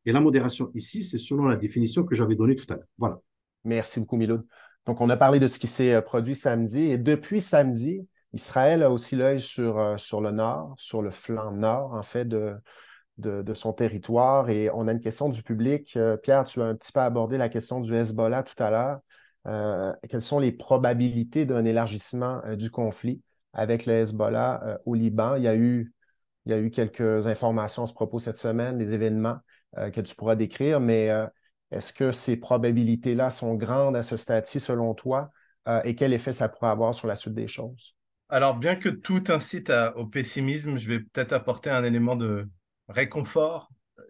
Et la modération ici, c'est selon la définition que j'avais donnée tout à l'heure. Voilà. Merci beaucoup, Miloud. Donc, on a parlé de ce qui s'est produit samedi. Et depuis samedi, Israël a aussi l'œil sur le nord, sur le flanc nord, en fait, de son territoire. Et on a une question du public. Pierre, tu as un petit peu abordé la question du Hezbollah tout à l'heure. Quelles sont les probabilités d'un élargissement du conflit avec le Hezbollah au Liban? Il y a eu quelques informations à ce propos cette semaine, des événements que tu pourras décrire, mais est-ce que ces probabilités-là sont grandes à ce stade-ci selon toi et quel effet ça pourrait avoir sur la suite des choses? Alors, bien que tout incite au pessimisme, je vais peut-être apporter un élément de réconfort,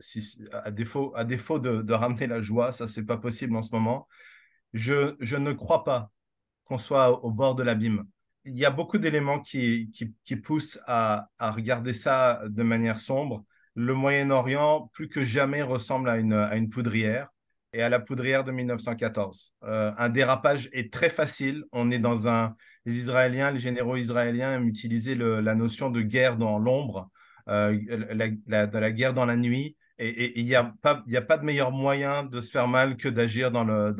à défaut de ramener la joie, ça, c'est pas possible en ce moment. Je ne crois pas qu'on soit au bord de l'abîme. Il y a beaucoup d'éléments qui poussent à regarder ça de manière sombre. Le Moyen-Orient, plus que jamais, ressemble à une poudrière et à la poudrière de 1914. Un dérapage est très facile. Les Israéliens, les généraux israéliens aiment utiliser la notion de guerre dans l'ombre, de la guerre dans la nuit. Et il n'y a pas de meilleur moyen de se faire mal que d'agir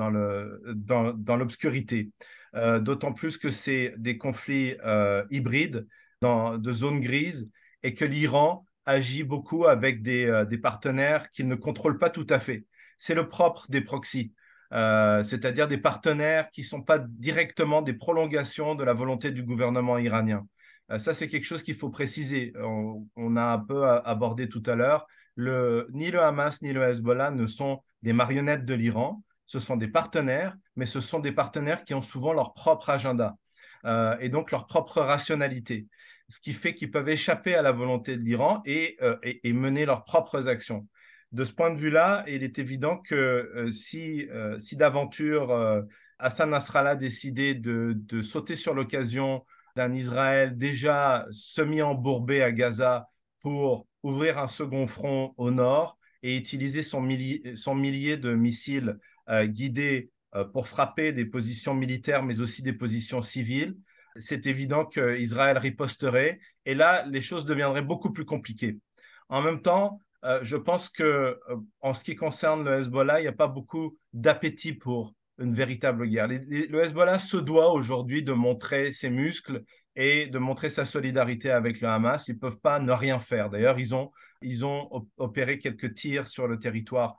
dans l'obscurité. D'autant plus que c'est des conflits hybrides de zones grises et que l'Iran agit beaucoup avec des partenaires qu'il ne contrôle pas tout à fait. C'est le propre des proxys, c'est-à-dire des partenaires qui ne sont pas directement des prolongations de la volonté du gouvernement iranien. Ça, c'est quelque chose qu'il faut préciser. On a un peu abordé tout à l'heure. Ni le Hamas ni le Hezbollah ne sont des marionnettes de l'Iran. Ce sont des partenaires, mais ce sont des partenaires qui ont souvent leur propre agenda et donc leur propre rationalité, ce qui fait qu'ils peuvent échapper à la volonté de l'Iran et mener leurs propres actions. De ce point de vue-là, il est évident que si d'aventure Hassan Nasrallah décidait de sauter sur l'occasion d'un Israël déjà semi-embourbé à Gaza pour ouvrir un second front au nord et utiliser son millier de missiles guidés pour frapper des positions militaires, mais aussi des positions civiles, c'est évident qu'Israël riposterait. Et là, les choses deviendraient beaucoup plus compliquées. En même temps, je pense qu'en ce qui concerne le Hezbollah, il n'y a pas beaucoup d'appétit pour une véritable guerre. Le Hezbollah se doit aujourd'hui de montrer ses muscles et de montrer sa solidarité avec le Hamas. Ils ne peuvent pas ne rien faire. D'ailleurs, ils ont opéré quelques tirs sur le territoire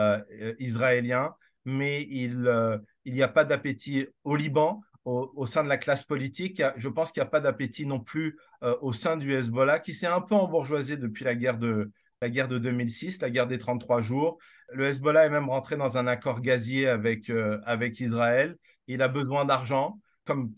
israélien, mais il n'y a pas d'appétit au Liban, au sein de la classe politique. Je pense qu'il n'y a pas d'appétit non plus au sein du Hezbollah, qui s'est un peu embourgeoisé depuis la guerre de 2006, la guerre des 33 jours. Le Hezbollah est même rentré dans un accord gazier avec Israël. Il a besoin d'argent, comme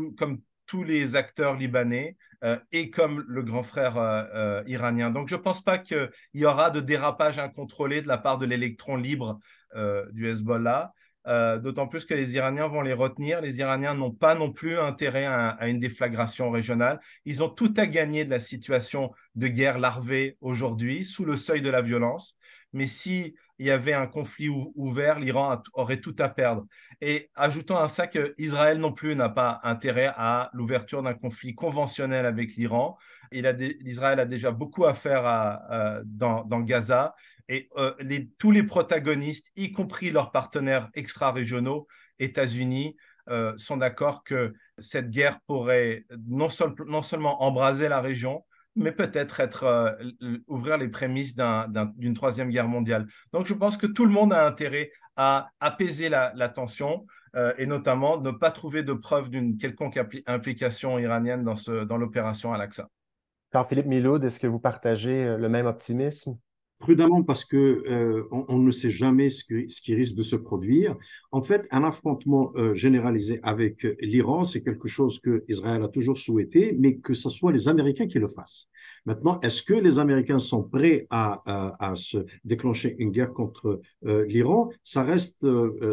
tous les acteurs libanais et comme le grand frère iranien. Donc, je ne pense pas qu'il y aura de dérapage incontrôlé de la part de l'électron libre du Hezbollah. D'autant plus que les Iraniens vont les retenir. Les Iraniens n'ont pas non plus intérêt à une déflagration régionale. Ils ont tout à gagner de la situation de guerre larvée aujourd'hui, sous le seuil de la violence. Mais s'il y avait un conflit ouvert, l'Iran aurait tout à perdre. Et ajoutons à ça qu'Israël non plus n'a pas intérêt à l'ouverture d'un conflit conventionnel avec l'Iran. L'Israël a déjà beaucoup à faire dans Gaza. Et tous les protagonistes, y compris leurs partenaires extra-régionaux, États-Unis, sont d'accord que cette guerre pourrait non seulement embraser la région, mais peut-être ouvrir les prémices d'une troisième guerre mondiale. Donc je pense que tout le monde a intérêt à apaiser la tension et notamment ne pas trouver de preuve d'une quelconque implication iranienne dans l'opération Al-Aqsa. Jean-Philippe Miloud, est-ce que vous partagez le même optimisme? Prudemment parce que on ne sait jamais ce qui risque de se produire. En fait, un affrontement généralisé avec l'Iran, c'est quelque chose que Israël a toujours souhaité, mais que ce soit les Américains qui le fassent. Maintenant, est-ce que les Américains sont prêts à se déclencher une guerre contre l'Iran? Ça reste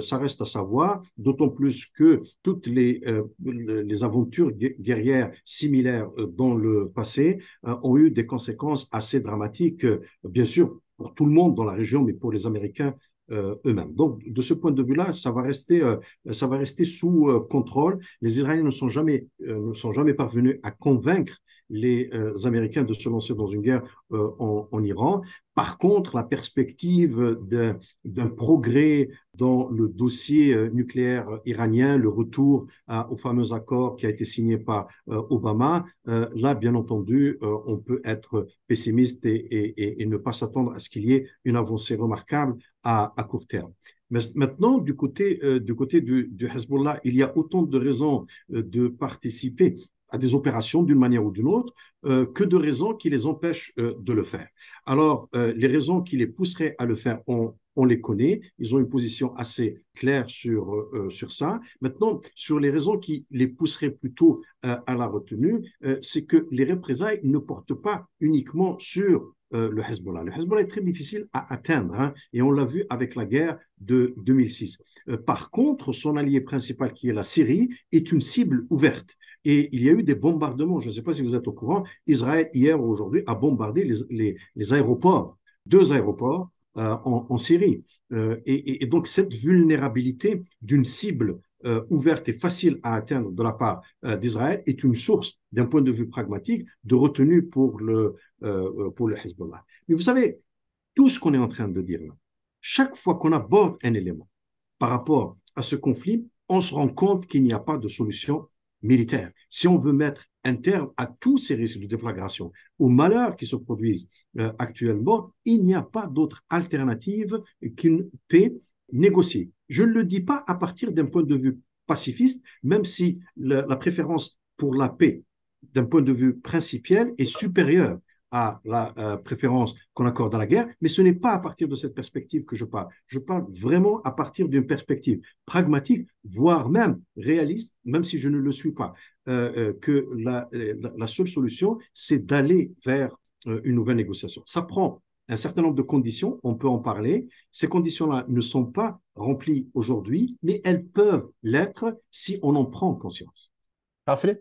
à savoir, d'autant plus que toutes les aventures guerrières similaires dans le passé ont eu des conséquences assez dramatiques, bien sûr, pour tout le monde dans la région, mais pour les Américains eux-mêmes. Donc, de ce point de vue-là, ça va rester sous contrôle. Les Israéliens ne sont jamais parvenus à convaincre les Américains de se lancer dans une guerre en Iran. Par contre, la perspective d'un progrès dans le dossier nucléaire iranien, le retour au fameux accord qui a été signé par Obama, là, bien entendu, on peut être pessimiste et ne pas s'attendre à ce qu'il y ait une avancée remarquable à court terme. Mais maintenant, du côté du Hezbollah, il y a autant de raisons de participer à des opérations d'une manière ou d'une autre que de raisons qui les empêchent de le faire. Alors, les raisons qui les pousseraient à le faire, on les connaît. Ils ont une position assez claire sur ça. Maintenant, sur les raisons qui les pousseraient plutôt à la retenue, c'est que les représailles ne portent pas uniquement sur le Hezbollah. Le Hezbollah est très difficile à atteindre, hein, et on l'a vu avec la guerre de 2006. Par contre, son allié principal, qui est la Syrie, est une cible ouverte. Et il y a eu des bombardements, je ne sais pas si vous êtes au courant, Israël, hier ou aujourd'hui, a bombardé les aéroports, 2 aéroports en Syrie. Et donc, cette vulnérabilité d'une cible ouverte et facile à atteindre de la part d'Israël est une source, d'un point de vue pragmatique, de retenue pour le Hezbollah. Mais vous savez, tout ce qu'on est en train de dire là, chaque fois qu'on aborde un élément par rapport à ce conflit, on se rend compte qu'il n'y a pas de solution militaire. Si on veut mettre un terme à tous ces risques de déflagration, aux malheurs qui se produisent actuellement, il n'y a pas d'autre alternative qu'une paix négociée. Je ne le dis pas à partir d'un point de vue pacifiste, même si la préférence pour la paix, d'un point de vue principiel, est supérieure à la préférence qu'on accorde à la guerre, mais ce n'est pas à partir de cette perspective que je parle. Je parle vraiment à partir d'une perspective pragmatique, voire même réaliste, même si je ne le suis pas, que la seule solution, c'est d'aller vers une nouvelle négociation. Ça prend un certain nombre de conditions, on peut en parler. Ces conditions-là ne sont pas remplies aujourd'hui, mais elles peuvent l'être si on en prend conscience. Jean-Philippe?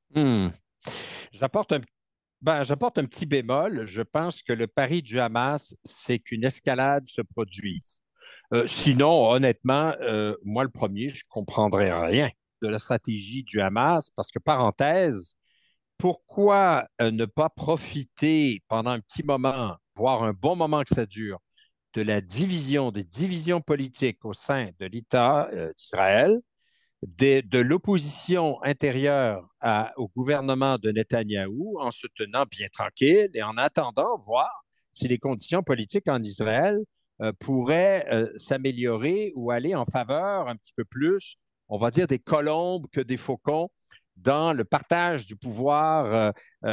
J'apporte un petit bémol. Je pense que le pari du Hamas, c'est qu'une escalade se produise. Sinon, honnêtement, moi, le premier, je ne comprendrais rien de la stratégie du Hamas parce que, parenthèse, pourquoi ne pas profiter pendant un petit moment, voire un bon moment que ça dure, de la division, des divisions politiques au sein de l'État d'Israël, de l'opposition intérieure au gouvernement de Netanyahou en se tenant bien tranquille et en attendant voir si les conditions politiques en Israël pourraient s'améliorer ou aller en faveur un petit peu plus, on va dire, des colombes que des faucons dans le partage du pouvoir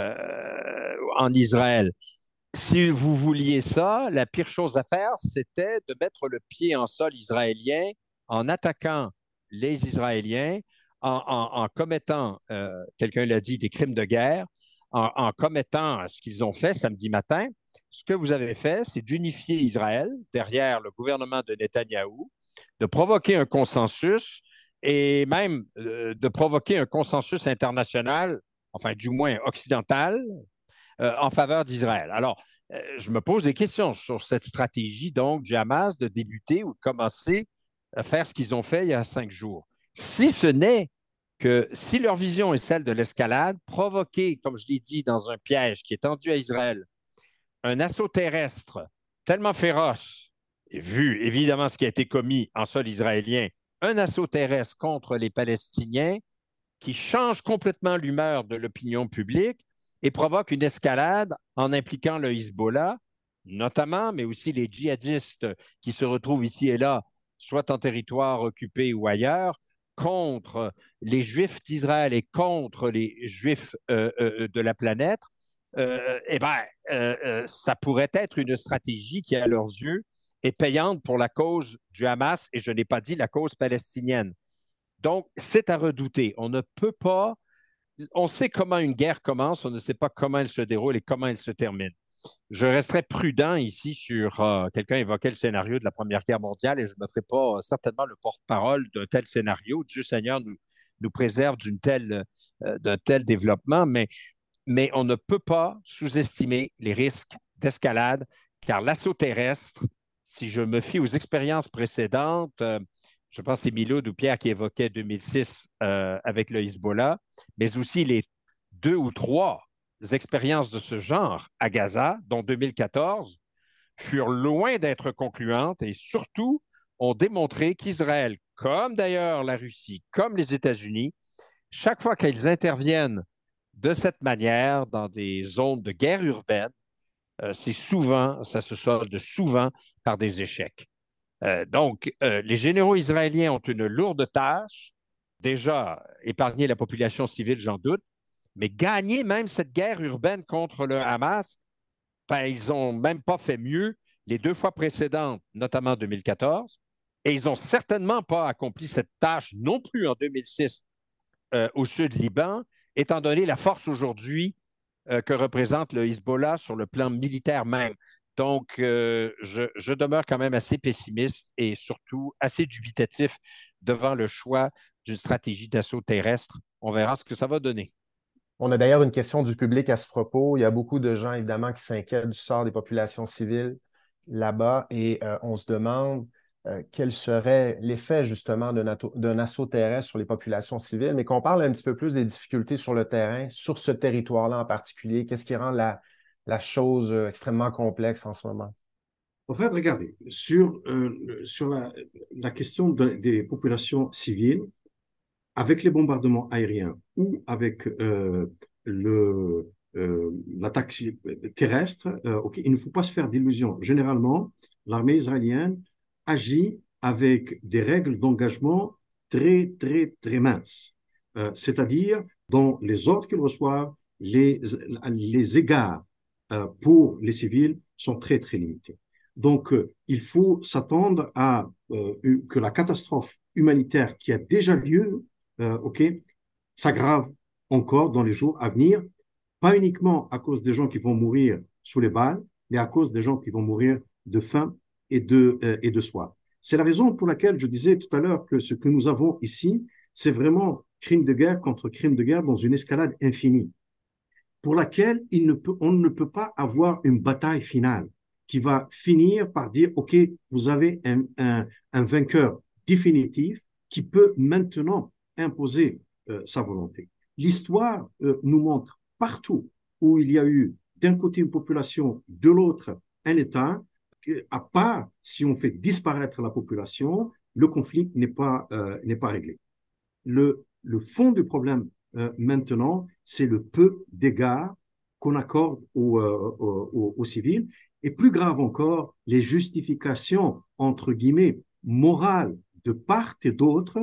en Israël. Si vous vouliez ça, la pire chose à faire, c'était de mettre le pied en sol israélien en attaquant les Israéliens, en commettant, quelqu'un l'a dit, des crimes de guerre, en commettant ce qu'ils ont fait samedi matin. Ce que vous avez fait, c'est d'unifier Israël derrière le gouvernement de Netanyahou, de provoquer un consensus et même de provoquer un consensus international, enfin du moins occidental, en faveur d'Israël. Alors, je me pose des questions sur cette stratégie donc du Hamas de débuter ou de commencer à faire ce qu'ils ont fait il y a 5 jours. Si ce n'est que si leur vision est celle de l'escalade, provoquer, comme je l'ai dit, dans un piège qui est tendu à Israël, un assaut terrestre tellement féroce, vu évidemment ce qui a été commis en sol israélien, un assaut terrestre contre les Palestiniens qui change complètement l'humeur de l'opinion publique et provoque une escalade en impliquant le Hezbollah, notamment, mais aussi les djihadistes qui se retrouvent ici et là, soit en territoire occupé ou ailleurs, contre les Juifs d'Israël et contre les Juifs de la planète, ça pourrait être une stratégie qui, à leurs yeux, est payante pour la cause du Hamas, et je n'ai pas dit la cause palestinienne. Donc, c'est à redouter. On ne peut pas. On sait comment une guerre commence, on ne sait pas comment elle se déroule et comment elle se termine. Je resterai prudent ici sur. Quelqu'un évoquait le scénario de la Première Guerre mondiale et je ne me ferai pas certainement le porte-parole d'un tel scénario. Dieu Seigneur nous préserve d'un tel développement, mais on ne peut pas sous-estimer les risques d'escalade, car l'assaut terrestre, si je me fie aux expériences précédentes, je pense que c'est Miloud ou Pierre qui évoquait 2006 avec le Hezbollah, mais aussi les 2 ou 3 expériences de ce genre à Gaza, dont 2014, furent loin d'être concluantes et surtout ont démontré qu'Israël, comme d'ailleurs la Russie, comme les États-Unis, chaque fois qu'ils interviennent de cette manière dans des zones de guerre urbaine, ça se solde souvent par des échecs. Les généraux israéliens ont une lourde tâche. Déjà, épargner la population civile, j'en doute, mais gagner même cette guerre urbaine contre le Hamas, ben, ils n'ont même pas fait mieux les 2 fois précédentes, notamment 2014, et ils n'ont certainement pas accompli cette tâche non plus en 2006 au sud Liban, étant donné la force aujourd'hui que représente le Hezbollah sur le plan militaire même. Donc, je demeure quand même assez pessimiste et surtout assez dubitatif devant le choix d'une stratégie d'assaut terrestre. On verra ce que ça va donner. On a d'ailleurs une question du public à ce propos. Il y a beaucoup de gens, évidemment, qui s'inquiètent du sort des populations civiles là-bas et on se demande quel serait l'effet, justement, d'un assaut terrestre sur les populations civiles, mais qu'on parle un petit peu plus des difficultés sur le terrain, sur ce territoire-là en particulier. Qu'est-ce qui rend la chose extrêmement complexe en ce moment? En fait, regardez, sur la question des populations civiles, avec les bombardements aériens ou avec l'attaque terrestre, il ne faut pas se faire d'illusions. Généralement, l'armée israélienne agit avec des règles d'engagement très, très, très minces. C'est-à-dire, dans les ordres qu'ils reçoivent, les égards pour les civils sont très, très limités. Donc, il faut s'attendre à que la catastrophe humanitaire qui a déjà lieu s'aggrave encore dans les jours à venir, pas uniquement à cause des gens qui vont mourir sous les balles, mais à cause des gens qui vont mourir de faim et de soif. C'est la raison pour laquelle je disais tout à l'heure que ce que nous avons ici, c'est vraiment crime de guerre contre crime de guerre dans une escalade infinie, pour laquelle on ne peut pas avoir une bataille finale qui va finir par dire, OK, vous avez un vainqueur définitif qui peut maintenant imposer sa volonté. L'histoire nous montre partout où il y a eu d'un côté une population, de l'autre un État, à part si on fait disparaître la population, le conflit n'est pas réglé. Le fond du problème maintenant, c'est le peu d'égards qu'on accorde aux civils, et plus grave encore, les justifications, entre guillemets, morales de part et d'autre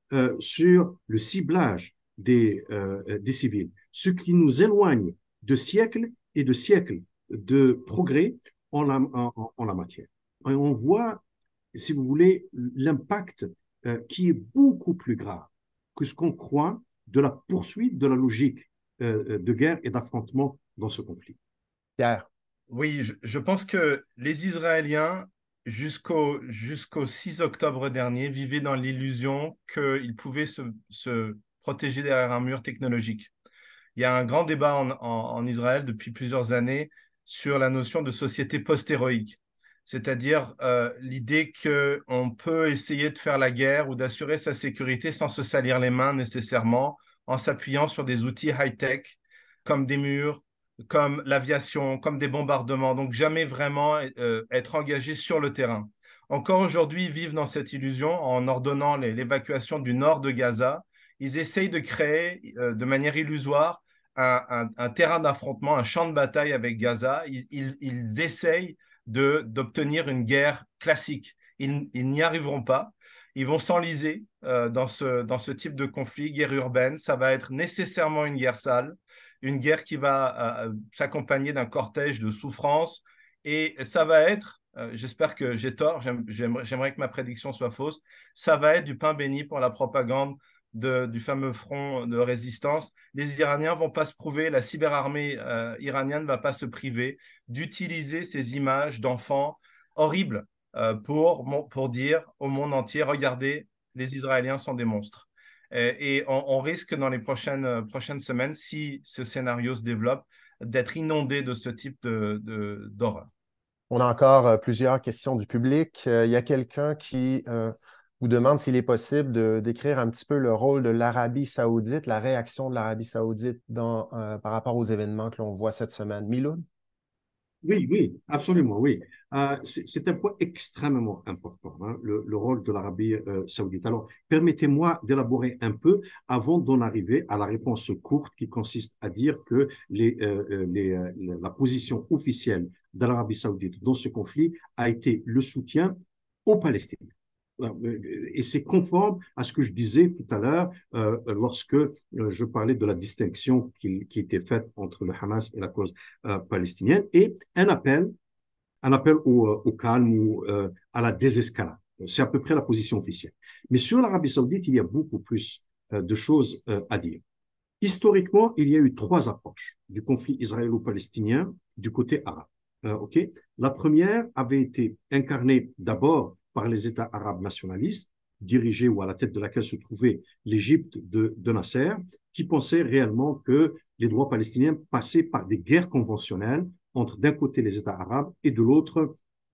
sur le ciblage des civils, ce qui nous éloigne de siècles et de siècles de progrès en la matière. Et on voit, si vous voulez, l'impact qui est beaucoup plus grave que ce qu'on croit de la poursuite de la logique de guerre et d'affrontement dans ce conflit. Pierre. Oui, je pense que les Israéliens, jusqu'au 6 octobre dernier, vivaient dans l'illusion qu'ils pouvaient se protéger derrière un mur technologique. Il y a un grand débat en Israël depuis plusieurs années sur la notion de société post-héroïque, c'est-à-dire l'idée qu'on peut essayer de faire la guerre ou d'assurer sa sécurité sans se salir les mains nécessairement, en s'appuyant sur des outils high-tech comme des murs, comme l'aviation, comme des bombardements, donc jamais vraiment être engagé sur le terrain. Encore aujourd'hui, ils vivent dans cette illusion en ordonnant l'évacuation du nord de Gaza. Ils essayent de créer de manière illusoire un terrain d'affrontement, un champ de bataille avec Gaza. Ils essayent d'obtenir une guerre classique. Ils n'y arriveront pas. Ils vont s'enliser dans ce type de conflit, guerre urbaine. Ça va être nécessairement une guerre sale, une guerre qui va s'accompagner d'un cortège de souffrance. Et ça va être, j'espère que j'ai tort, j'aimerais que ma prédiction soit fausse, ça va être du pain béni pour la propagande du fameux front de résistance. Les Iraniens ne vont pas se prouver, la cyberarmée iranienne ne va pas se priver d'utiliser ces images d'enfants horribles pour dire au monde entier, regardez, les Israéliens sont des monstres. Et on risque dans les prochaines semaines, si ce scénario se développe, d'être inondé de ce type d'horreur. On a encore plusieurs questions du public. Il y a quelqu'un qui vous demande s'il est possible de décrire un petit peu le rôle de l'Arabie saoudite, la réaction de l'Arabie saoudite par rapport aux événements que l'on voit cette semaine. Miloud? Oui, oui, absolument, oui. C'est un point extrêmement important, hein, le rôle de l'Arabie saoudite. Alors, permettez-moi d'élaborer un peu avant d'en arriver à la réponse courte qui consiste à dire que la position officielle de l'Arabie saoudite dans ce conflit a été le soutien aux Palestiniens. Et c'est conforme à ce que je disais tout à l'heure lorsque je parlais de la distinction qui était faite entre le Hamas et la cause palestinienne et un appel au calme ou à la désescalade. C'est à peu près la position officielle. Mais sur l'Arabie saoudite, il y a beaucoup plus de choses à dire. Historiquement, il y a eu trois approches du conflit israélo-palestinien du côté arabe. Okay. La première avait été incarnée d'abord par les États arabes nationalistes, dirigés ou à la tête de laquelle se trouvait l'Égypte de Nasser, qui pensaient réellement que les droits palestiniens passaient par des guerres conventionnelles entre d'un côté les États arabes et de l'autre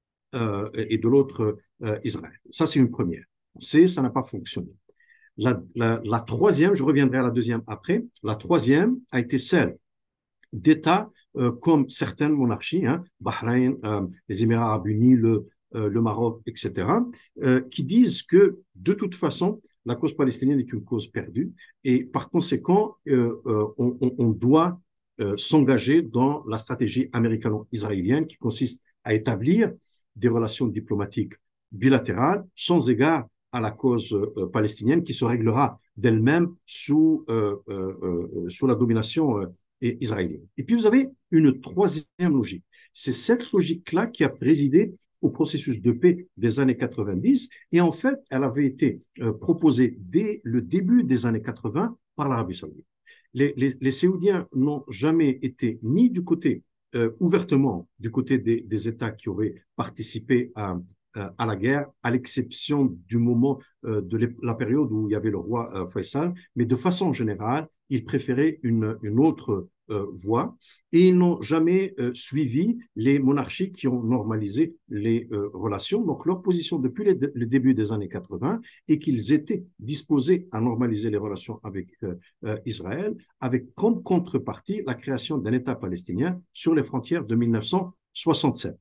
Israël. Ça, c'est une première. On sait, ça n'a pas fonctionné. La troisième, je reviendrai à la deuxième après, la troisième a été celle d'États comme certaines monarchies, hein, Bahreïn, les Émirats arabes unis, le Maroc, etc., qui disent que de toute façon, la cause palestinienne est une cause perdue et par conséquent, on doit s'engager dans la stratégie américano-israélienne qui consiste à établir des relations diplomatiques bilatérales sans égard à la cause palestinienne qui se réglera d'elle-même sous la domination israélienne. Et puis vous avez une troisième logique. C'est cette logique-là qui a présidé au processus de paix des années 90 et en fait, elle avait été proposée dès le début des années 80 par l'Arabie saoudite. Les Saoudiens n'ont jamais été ni du côté ouvertement du côté des États qui auraient participé à la guerre, à l'exception du moment de la période où il y avait le roi Faisal, mais de façon générale, ils préféraient une autre voie et ils n'ont jamais suivi les monarchies qui ont normalisé les relations. Donc leur position depuis le début des années 80 est qu'ils étaient disposés à normaliser les relations avec Israël, avec comme contrepartie la création d'un État palestinien sur les frontières de 1967.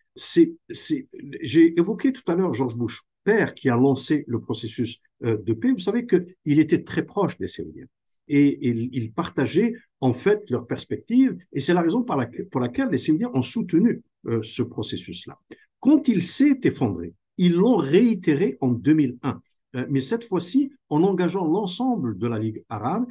J'ai évoqué tout à l'heure George Bush, père, qui a lancé le processus de paix. Vous savez qu'il était très proche des Saoudiens et il partageait en fait leurs perspectives et c'est la raison pour laquelle les Saoudiens ont soutenu ce processus-là. Quand il s'est effondré, ils l'ont réitéré en 2001. Mais cette fois-ci, en engageant l'ensemble de la Ligue arabe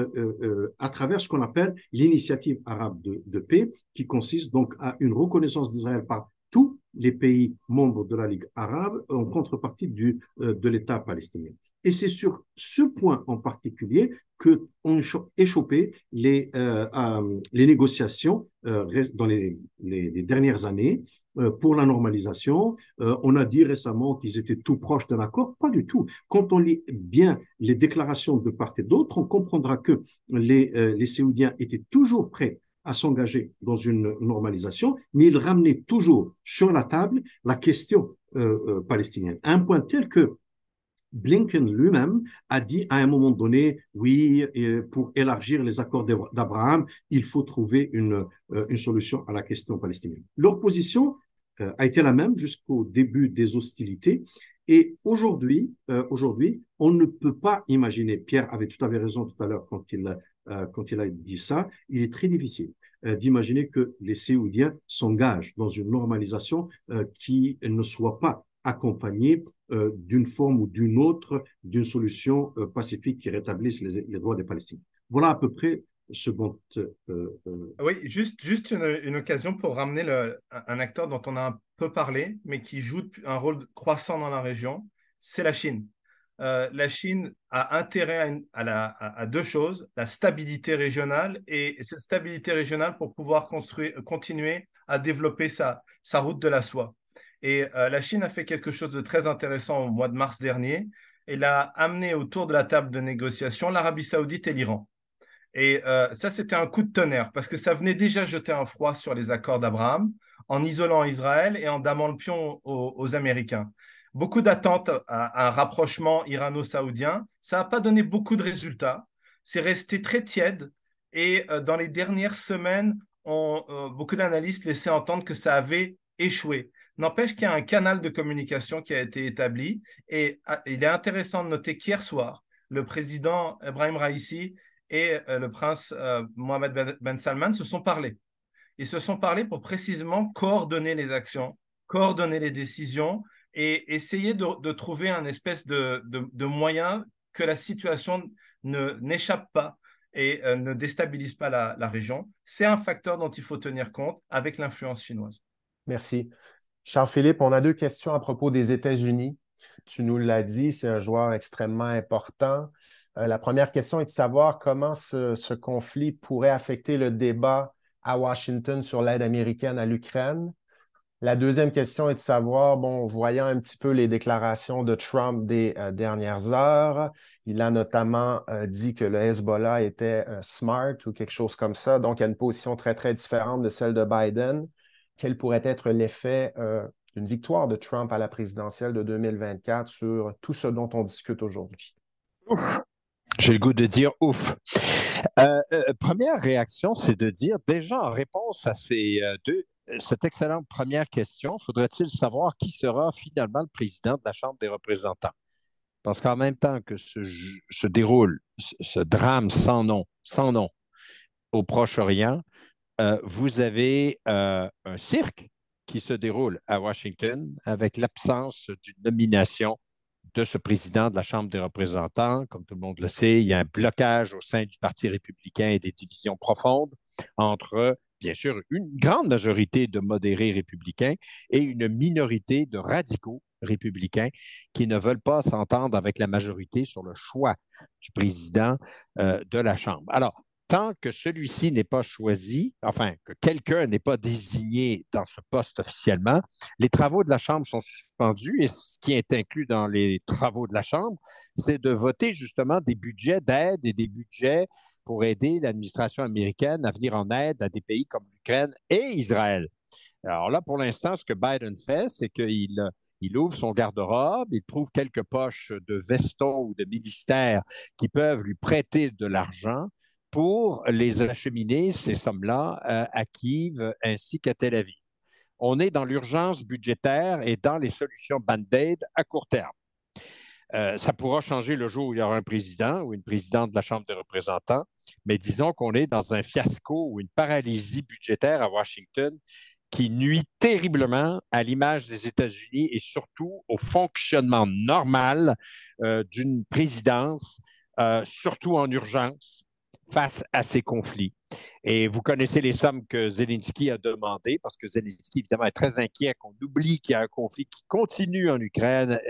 à travers ce qu'on appelle l'initiative arabe de paix, qui consiste donc à une reconnaissance d'Israël par tous les pays membres de la Ligue arabe en contrepartie de l'État palestinien. Et c'est sur ce point en particulier qu'ont échoué les négociations dans les dernières années pour la normalisation. On a dit récemment qu'ils étaient tout proches d'un accord. Pas du tout. Quand on lit bien les déclarations de part et d'autre, on comprendra que les Saoudiens étaient toujours prêts à s'engager dans une normalisation, mais ils ramenaient toujours sur la table la question palestinienne. À un point tel que Blinken lui-même a dit à un moment donné, oui, pour élargir les accords d'Abraham, il faut trouver une solution à la question palestinienne. Leur position a été la même jusqu'au début des hostilités. Et aujourd'hui, on ne peut pas imaginer, Pierre avait tout à fait raison tout à l'heure quand il a dit ça, il est très difficile d'imaginer que les Saoudiens s'engagent dans une normalisation qui ne soit pas accompagnée d'une forme ou d'une autre, d'une solution pacifique qui rétablisse les droits des Palestiniens. Voilà à peu près ce dont... Oui, juste une occasion pour ramener un acteur dont on a un peu parlé, mais qui joue un rôle croissant dans la région, c'est la Chine. La Chine a intérêt à deux choses, la stabilité régionale et cette stabilité régionale pour pouvoir continuer à développer sa route de la soie. Et la Chine a fait quelque chose de très intéressant au mois de mars dernier. Elle a amené autour de la table de négociation l'Arabie saoudite et l'Iran. Et ça, c'était un coup de tonnerre parce que ça venait déjà jeter un froid sur les accords d'Abraham en isolant Israël et en damant le pion aux Américains. beaucoup d'attentes à un rapprochement irano-saoudien. Ça n'a pas donné beaucoup de résultats. C'est resté très tiède. Et dans les dernières semaines, beaucoup d'analystes laissaient entendre que ça avait échoué. N'empêche qu'il y a un canal de communication qui a été établi. Et il est intéressant de noter qu'hier soir, le président Ebrahim Raïssi et le prince Mohammed Ben Salman se sont parlé. Ils se sont parlé pour précisément coordonner les actions, coordonner les décisions et essayer de trouver un espèce de moyen que la situation n'échappe pas et ne déstabilise pas la région. C'est un facteur dont il faut tenir compte avec l'influence chinoise. Merci. Charles-Philippe, on a deux questions à propos des États-Unis. Tu nous l'as dit, c'est un joueur extrêmement important. La première question est de savoir comment ce conflit pourrait affecter le débat à Washington sur l'aide américaine à l'Ukraine. La deuxième question est de savoir, bon, voyant un petit peu les déclarations de Trump des dernières heures, il a notamment dit que le Hezbollah était smart ou quelque chose comme ça, donc il y a une position très, très différente de celle de Biden. Quel pourrait être l'effet d'une victoire de Trump à la présidentielle de 2024 sur tout ce dont on discute aujourd'hui? Ouf. J'ai le goût de dire ouf. Première réaction, c'est de dire déjà en réponse à cette excellente première question, faudrait-il savoir qui sera finalement le président de la Chambre des représentants? Parce qu'en même temps que se déroule ce drame sans nom au Proche-Orient, vous avez un cirque qui se déroule à Washington avec l'absence d'une nomination de ce président de la Chambre des représentants. Comme tout le monde le sait, il y a un blocage au sein du Parti républicain et des divisions profondes entre, bien sûr, une grande majorité de modérés républicains et une minorité de radicaux républicains qui ne veulent pas s'entendre avec la majorité sur le choix du président de la Chambre. Alors, tant que celui-ci n'est pas choisi, enfin, que quelqu'un n'est pas désigné dans ce poste officiellement, les travaux de la Chambre sont suspendus et ce qui est inclus dans les travaux de la Chambre, c'est de voter justement des budgets d'aide et des budgets pour aider l'administration américaine à venir en aide à des pays comme l'Ukraine et Israël. Alors là, pour l'instant, ce que Biden fait, c'est qu'il ouvre son garde-robe, il trouve quelques poches de vestons ou de ministères qui peuvent lui prêter de l'argent pour les acheminer, ces sommes-là, à Kiev ainsi qu'à Tel Aviv. On est dans l'urgence budgétaire et dans les solutions band-aid à court terme. Ça pourra changer le jour où il y aura un président ou une présidente de la Chambre des représentants, mais disons qu'on est dans un fiasco ou une paralysie budgétaire à Washington qui nuit terriblement à l'image des États-Unis et surtout au fonctionnement normal d'une présidence, surtout en urgence, face à ces conflits. Et vous connaissez les sommes que Zelensky a demandées, parce que Zelensky, évidemment, est très inquiet qu'on oublie qu'il y a un conflit qui continue en Ukraine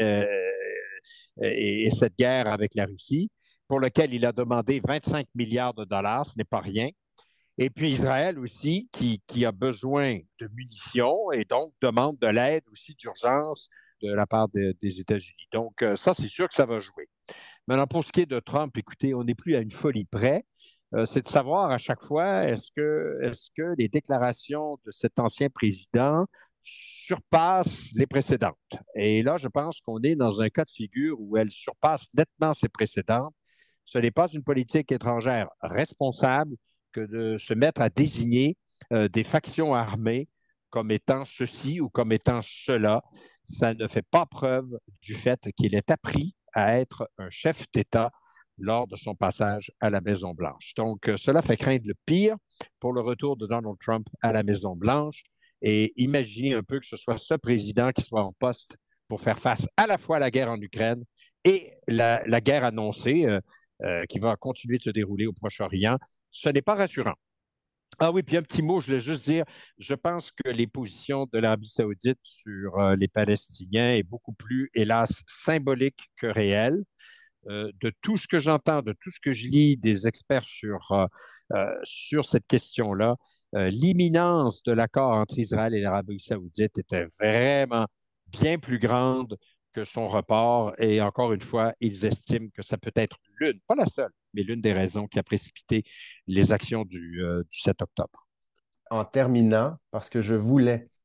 et cette guerre avec la Russie, pour lequel il a demandé 25 milliards de dollars, ce n'est pas rien. Et puis Israël aussi, qui a besoin de munitions et donc demande de l'aide aussi d'urgence de la part des États-Unis. Donc, ça, c'est sûr que ça va jouer. Maintenant, pour ce qui est de Trump, écoutez, on n'est plus à une folie près. C'est de savoir à chaque fois, est-ce que les déclarations de cet ancien président surpassent les précédentes? Et là, je pense qu'on est dans un cas de figure où elles surpassent nettement ces précédentes. Ce n'est pas une politique étrangère responsable que de se mettre à désigner des factions armées comme étant ceci ou comme étant cela. Ça ne fait pas preuve du fait qu'il est appris à être un chef d'État lors de son passage à la Maison-Blanche. Donc, cela fait craindre le pire pour le retour de Donald Trump à la Maison-Blanche. Et imaginez un peu que ce soit ce président qui soit en poste pour faire face à la fois à la guerre en Ukraine et la guerre annoncée qui va continuer de se dérouler au Proche-Orient. Ce n'est pas rassurant. Ah oui, puis un petit mot, je voulais juste dire, je pense que les positions de l'Arabie saoudite sur les Palestiniens est beaucoup plus, hélas, symbolique que réelle. De tout ce que j'entends, de tout ce que je lis des experts sur cette question-là, l'imminence de l'accord entre Israël et l'Arabie saoudite était vraiment bien plus grande que son report. Et encore une fois, ils estiment que ça peut être l'une, pas la seule, mais l'une des raisons qui a précipité les actions du 7 octobre. En terminant, parce que je voulais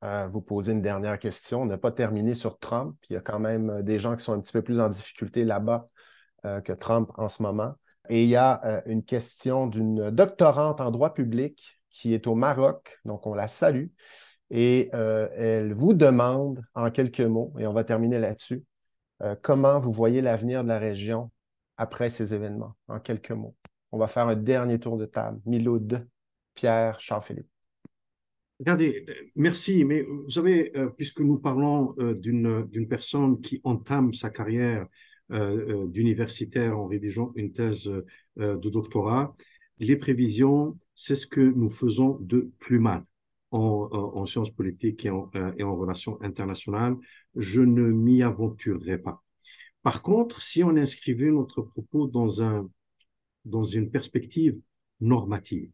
vous poser une dernière question. On n'a pas terminé sur Trump. Il y a quand même des gens qui sont un petit peu plus en difficulté là-bas que Trump en ce moment. Et il y a une question d'une doctorante en droit public qui est au Maroc, donc on la salue. Et elle vous demande en quelques mots, et on va terminer là-dessus, comment vous voyez l'avenir de la région après ces événements, en quelques mots. On va faire un dernier tour de table. Miloud, Pierre, Charles-Philippe. Regardez, merci, mais vous savez, puisque nous parlons d'une personne qui entame sa carrière d'universitaire en rédigeant une thèse de doctorat, les prévisions, c'est ce que nous faisons de plus mal en sciences politiques et en relations internationales. Je ne m'y aventurerai pas. Par contre, si on inscrivait notre propos dans une perspective normative,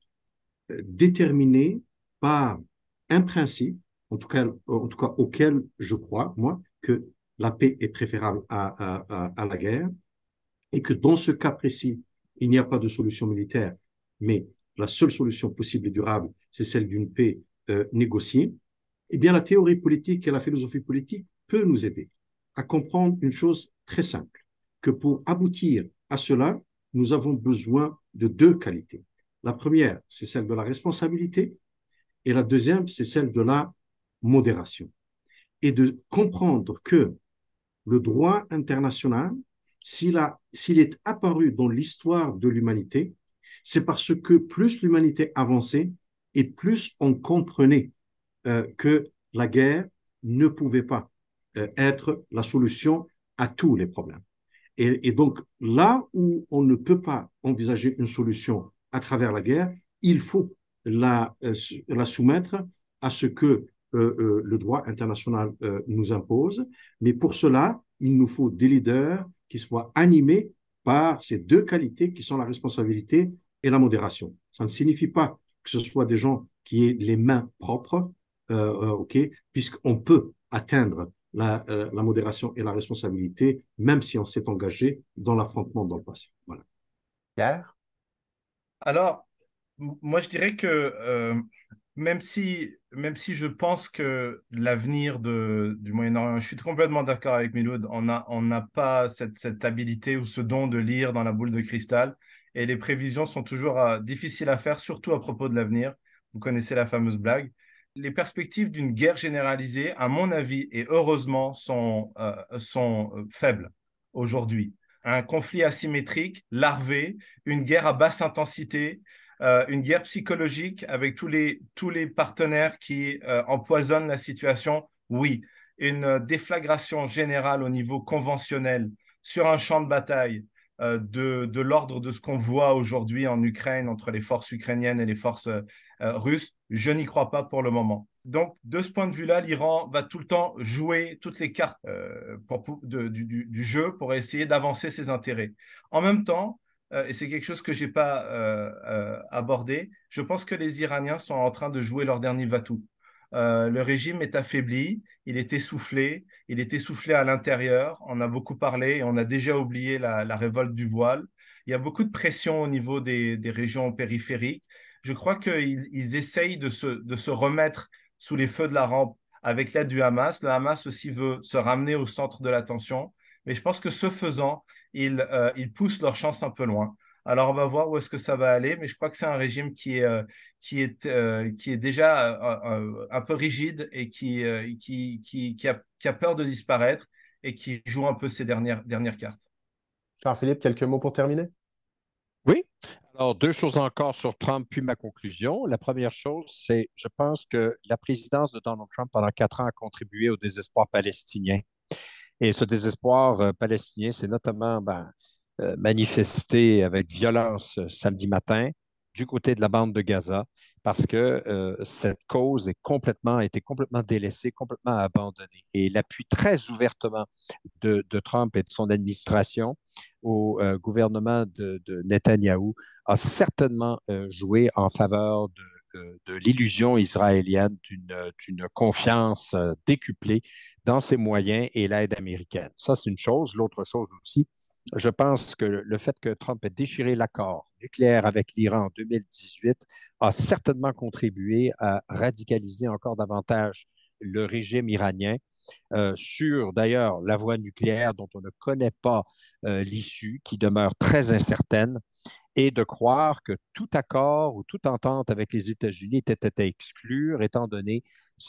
déterminée par un principe, en tout cas auquel je crois, moi, que la paix est préférable à la guerre, et que dans ce cas précis, il n'y a pas de solution militaire, mais la seule solution possible et durable, c'est celle d'une paix négociée, eh bien la théorie politique et la philosophie politique peut nous aider à comprendre une chose très simple, que pour aboutir à cela, nous avons besoin de deux qualités. La première, c'est celle de la responsabilité, et la deuxième, c'est celle de la modération. Et de comprendre que le droit international, s'il est apparu dans l'histoire de l'humanité, c'est parce que plus l'humanité avançait et plus on comprenait que la guerre ne pouvait pas être la solution à tous les problèmes. Et donc, là où on ne peut pas envisager une solution à travers la guerre, il faut la soumettre à ce que le droit international nous impose. Mais pour cela, il nous faut des leaders qui soient animés par ces deux qualités qui sont la responsabilité et la modération. Ça ne signifie pas que ce soit des gens qui aient les mains propres, puisqu'on peut atteindre la modération et la responsabilité, même si on s'est engagé dans l'affrontement dans le passé. Voilà. Pierre? Alors, moi, je dirais que même si je pense que l'avenir du Moyen-Orient, je suis complètement d'accord avec Miloud, on n'a pas cette habilité ou ce don de lire dans la boule de cristal. Et les prévisions sont toujours difficiles à faire, surtout à propos de l'avenir. Vous connaissez la fameuse blague. Les perspectives d'une guerre généralisée, à mon avis, et heureusement, sont faibles aujourd'hui. Un conflit asymétrique, larvé, une guerre à basse intensité, une guerre psychologique avec tous les partenaires qui empoisonnent la situation, oui. Une déflagration générale au niveau conventionnel sur un champ de bataille de l'ordre de ce qu'on voit aujourd'hui en Ukraine entre les forces ukrainiennes et les forces russes, je n'y crois pas pour le moment. Donc, de ce point de vue-là, l'Iran va tout le temps jouer toutes les cartes du jeu pour essayer d'avancer ses intérêts. En même temps, et c'est quelque chose que je n'ai pas abordé, je pense que les Iraniens sont en train de jouer leur dernier va-tout. Le régime est affaibli, il est essoufflé à l'intérieur, on a beaucoup parlé et on a déjà oublié la révolte du voile. Il y a beaucoup de pression au niveau des régions périphériques. Je crois qu'ils essayent de se remettre sous les feux de la rampe avec l'aide du Hamas. Le Hamas aussi veut se ramener au centre de l'attention, mais je pense que ce faisant, ils poussent leur chance un peu loin. Alors, on va voir où est-ce que ça va aller, mais je crois que c'est un régime qui est déjà un peu rigide et qui a peur de disparaître et qui joue un peu ses dernières cartes. Jean-Philippe, quelques mots pour terminer? Oui. Alors, deux choses encore sur Trump, puis ma conclusion. La première chose, c'est, je pense que la présidence de Donald Trump pendant 4 ans a contribué au désespoir palestinien. Et ce désespoir palestinien s'est notamment manifesté avec violence samedi matin du côté de la bande de Gaza parce que cette cause a été complètement délaissée, complètement abandonnée. Et l'appui très ouvertement de Trump et de son administration au gouvernement de Netanyahou a certainement joué en faveur de l'illusion israélienne d'une confiance décuplée dans ses moyens et l'aide américaine. Ça, c'est une chose. L'autre chose aussi, je pense que le fait que Trump ait déchiré l'accord nucléaire avec l'Iran en 2018 a certainement contribué à radicaliser encore davantage le régime iranien sur, d'ailleurs, la voie nucléaire dont on ne connaît pas l'issue, qui demeure très incertaine, et de croire que tout accord ou toute entente avec les États-Unis était à exclure, étant donné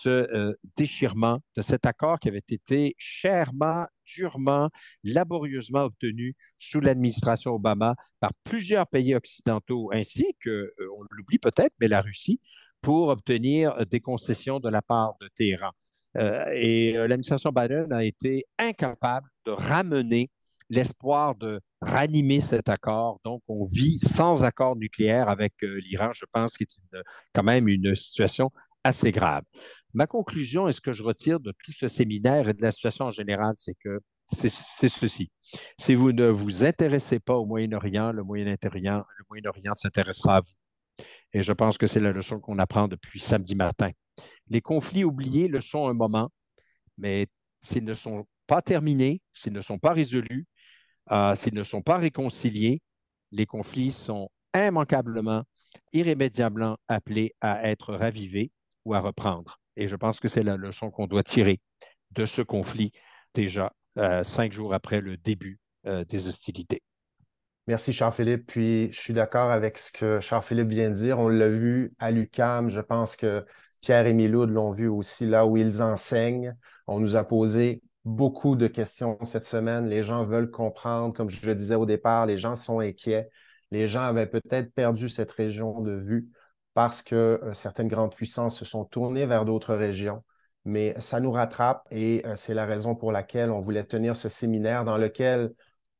ce déchirement de cet accord qui avait été chèrement, durement, laborieusement obtenu sous l'administration Obama par plusieurs pays occidentaux, ainsi que, on l'oublie peut-être, mais la Russie, pour obtenir des concessions de la part de Téhéran. L'administration Biden a été incapable de ramener l'espoir de ranimer cet accord. Donc, on vit sans accord nucléaire avec l'Iran. Je pense que c'est quand même une situation assez grave. Ma conclusion et ce que je retire de tout ce séminaire et de la situation en général, c'est que c'est ceci. Si vous ne vous intéressez pas au Moyen-Orient, le Moyen-Orient s'intéressera à vous. Et je pense que c'est la leçon qu'on apprend depuis samedi matin. Les conflits oubliés le sont un moment, mais s'ils ne sont pas terminés, s'ils ne sont pas résolus, s'ils ne sont pas réconciliés, les conflits sont immanquablement, irrémédiablement appelés à être ravivés ou à reprendre. Et je pense que c'est la leçon qu'on doit tirer de ce conflit déjà 5 jours après le début des hostilités. Merci, Charles-Philippe. Puis, je suis d'accord avec ce que Charles-Philippe vient de dire. On l'a vu à l'UQAM. Je pense que Pierre et Miloud l'ont vu aussi là où ils enseignent. On nous a posé beaucoup de questions cette semaine. Les gens veulent comprendre. Comme je le disais au départ, les gens sont inquiets. Les gens avaient peut-être perdu cette région de vue parce que certaines grandes puissances se sont tournées vers d'autres régions. Mais ça nous rattrape et c'est la raison pour laquelle on voulait tenir ce séminaire dans lequel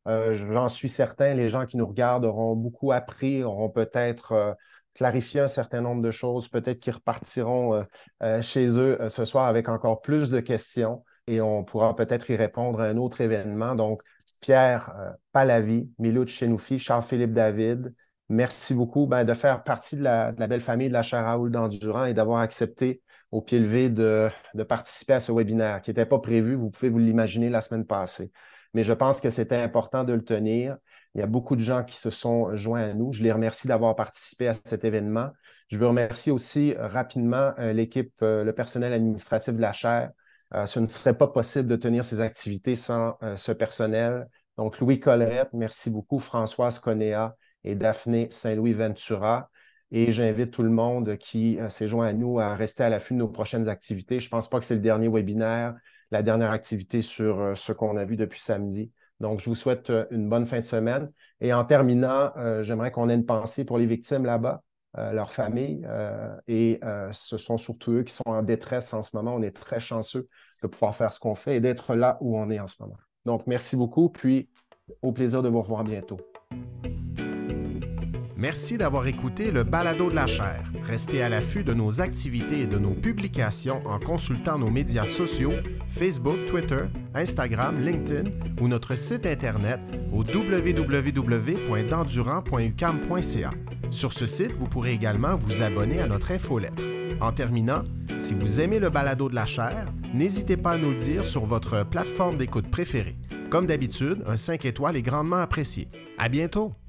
j'en suis certain, les gens qui nous regardent auront beaucoup appris, auront peut-être clarifié un certain nombre de choses, peut-être qu'ils repartiront chez eux ce soir avec encore plus de questions et on pourra peut-être y répondre à un autre événement. Donc, Pierre Pahlavi, Miloud Chenoufi, Charles-Philippe David, merci beaucoup de faire partie de la belle famille de la chaire Raoul Dandurand et d'avoir accepté au pied levé de participer à ce webinaire qui n'était pas prévu, vous pouvez vous l'imaginer la semaine passée. Mais je pense que c'était important de le tenir. Il y a beaucoup de gens qui se sont joints à nous. Je les remercie d'avoir participé à cet événement. Je veux remercier aussi rapidement l'équipe, le personnel administratif de la chaire. Ce ne serait pas possible de tenir ces activités sans ce personnel. Donc, Louis Collerette, merci beaucoup, Françoise Conéa et Daphné Saint-Louis-Ventura. Et j'invite tout le monde qui s'est joint à nous à rester à l'affût de nos prochaines activités. Je ne pense pas que c'est le dernier webinaire, la dernière activité sur ce qu'on a vu depuis samedi. Donc, je vous souhaite une bonne fin de semaine. Et en terminant, j'aimerais qu'on ait une pensée pour les victimes là-bas, leurs familles. Ce sont surtout eux qui sont en détresse en ce moment. On est très chanceux de pouvoir faire ce qu'on fait et d'être là où on est en ce moment. Donc, merci beaucoup. Puis, au plaisir de vous revoir bientôt. Merci d'avoir écouté le Balado de la chaire. Restez à l'affût de nos activités et de nos publications en consultant nos médias sociaux, Facebook, Twitter, Instagram, LinkedIn ou notre site Internet au www.dandurand.uqam.ca. Sur ce site, vous pourrez également vous abonner à notre infolettre. En terminant, si vous aimez le Balado de la chaire, n'hésitez pas à nous le dire sur votre plateforme d'écoute préférée. Comme d'habitude, un 5 étoiles est grandement apprécié. À bientôt!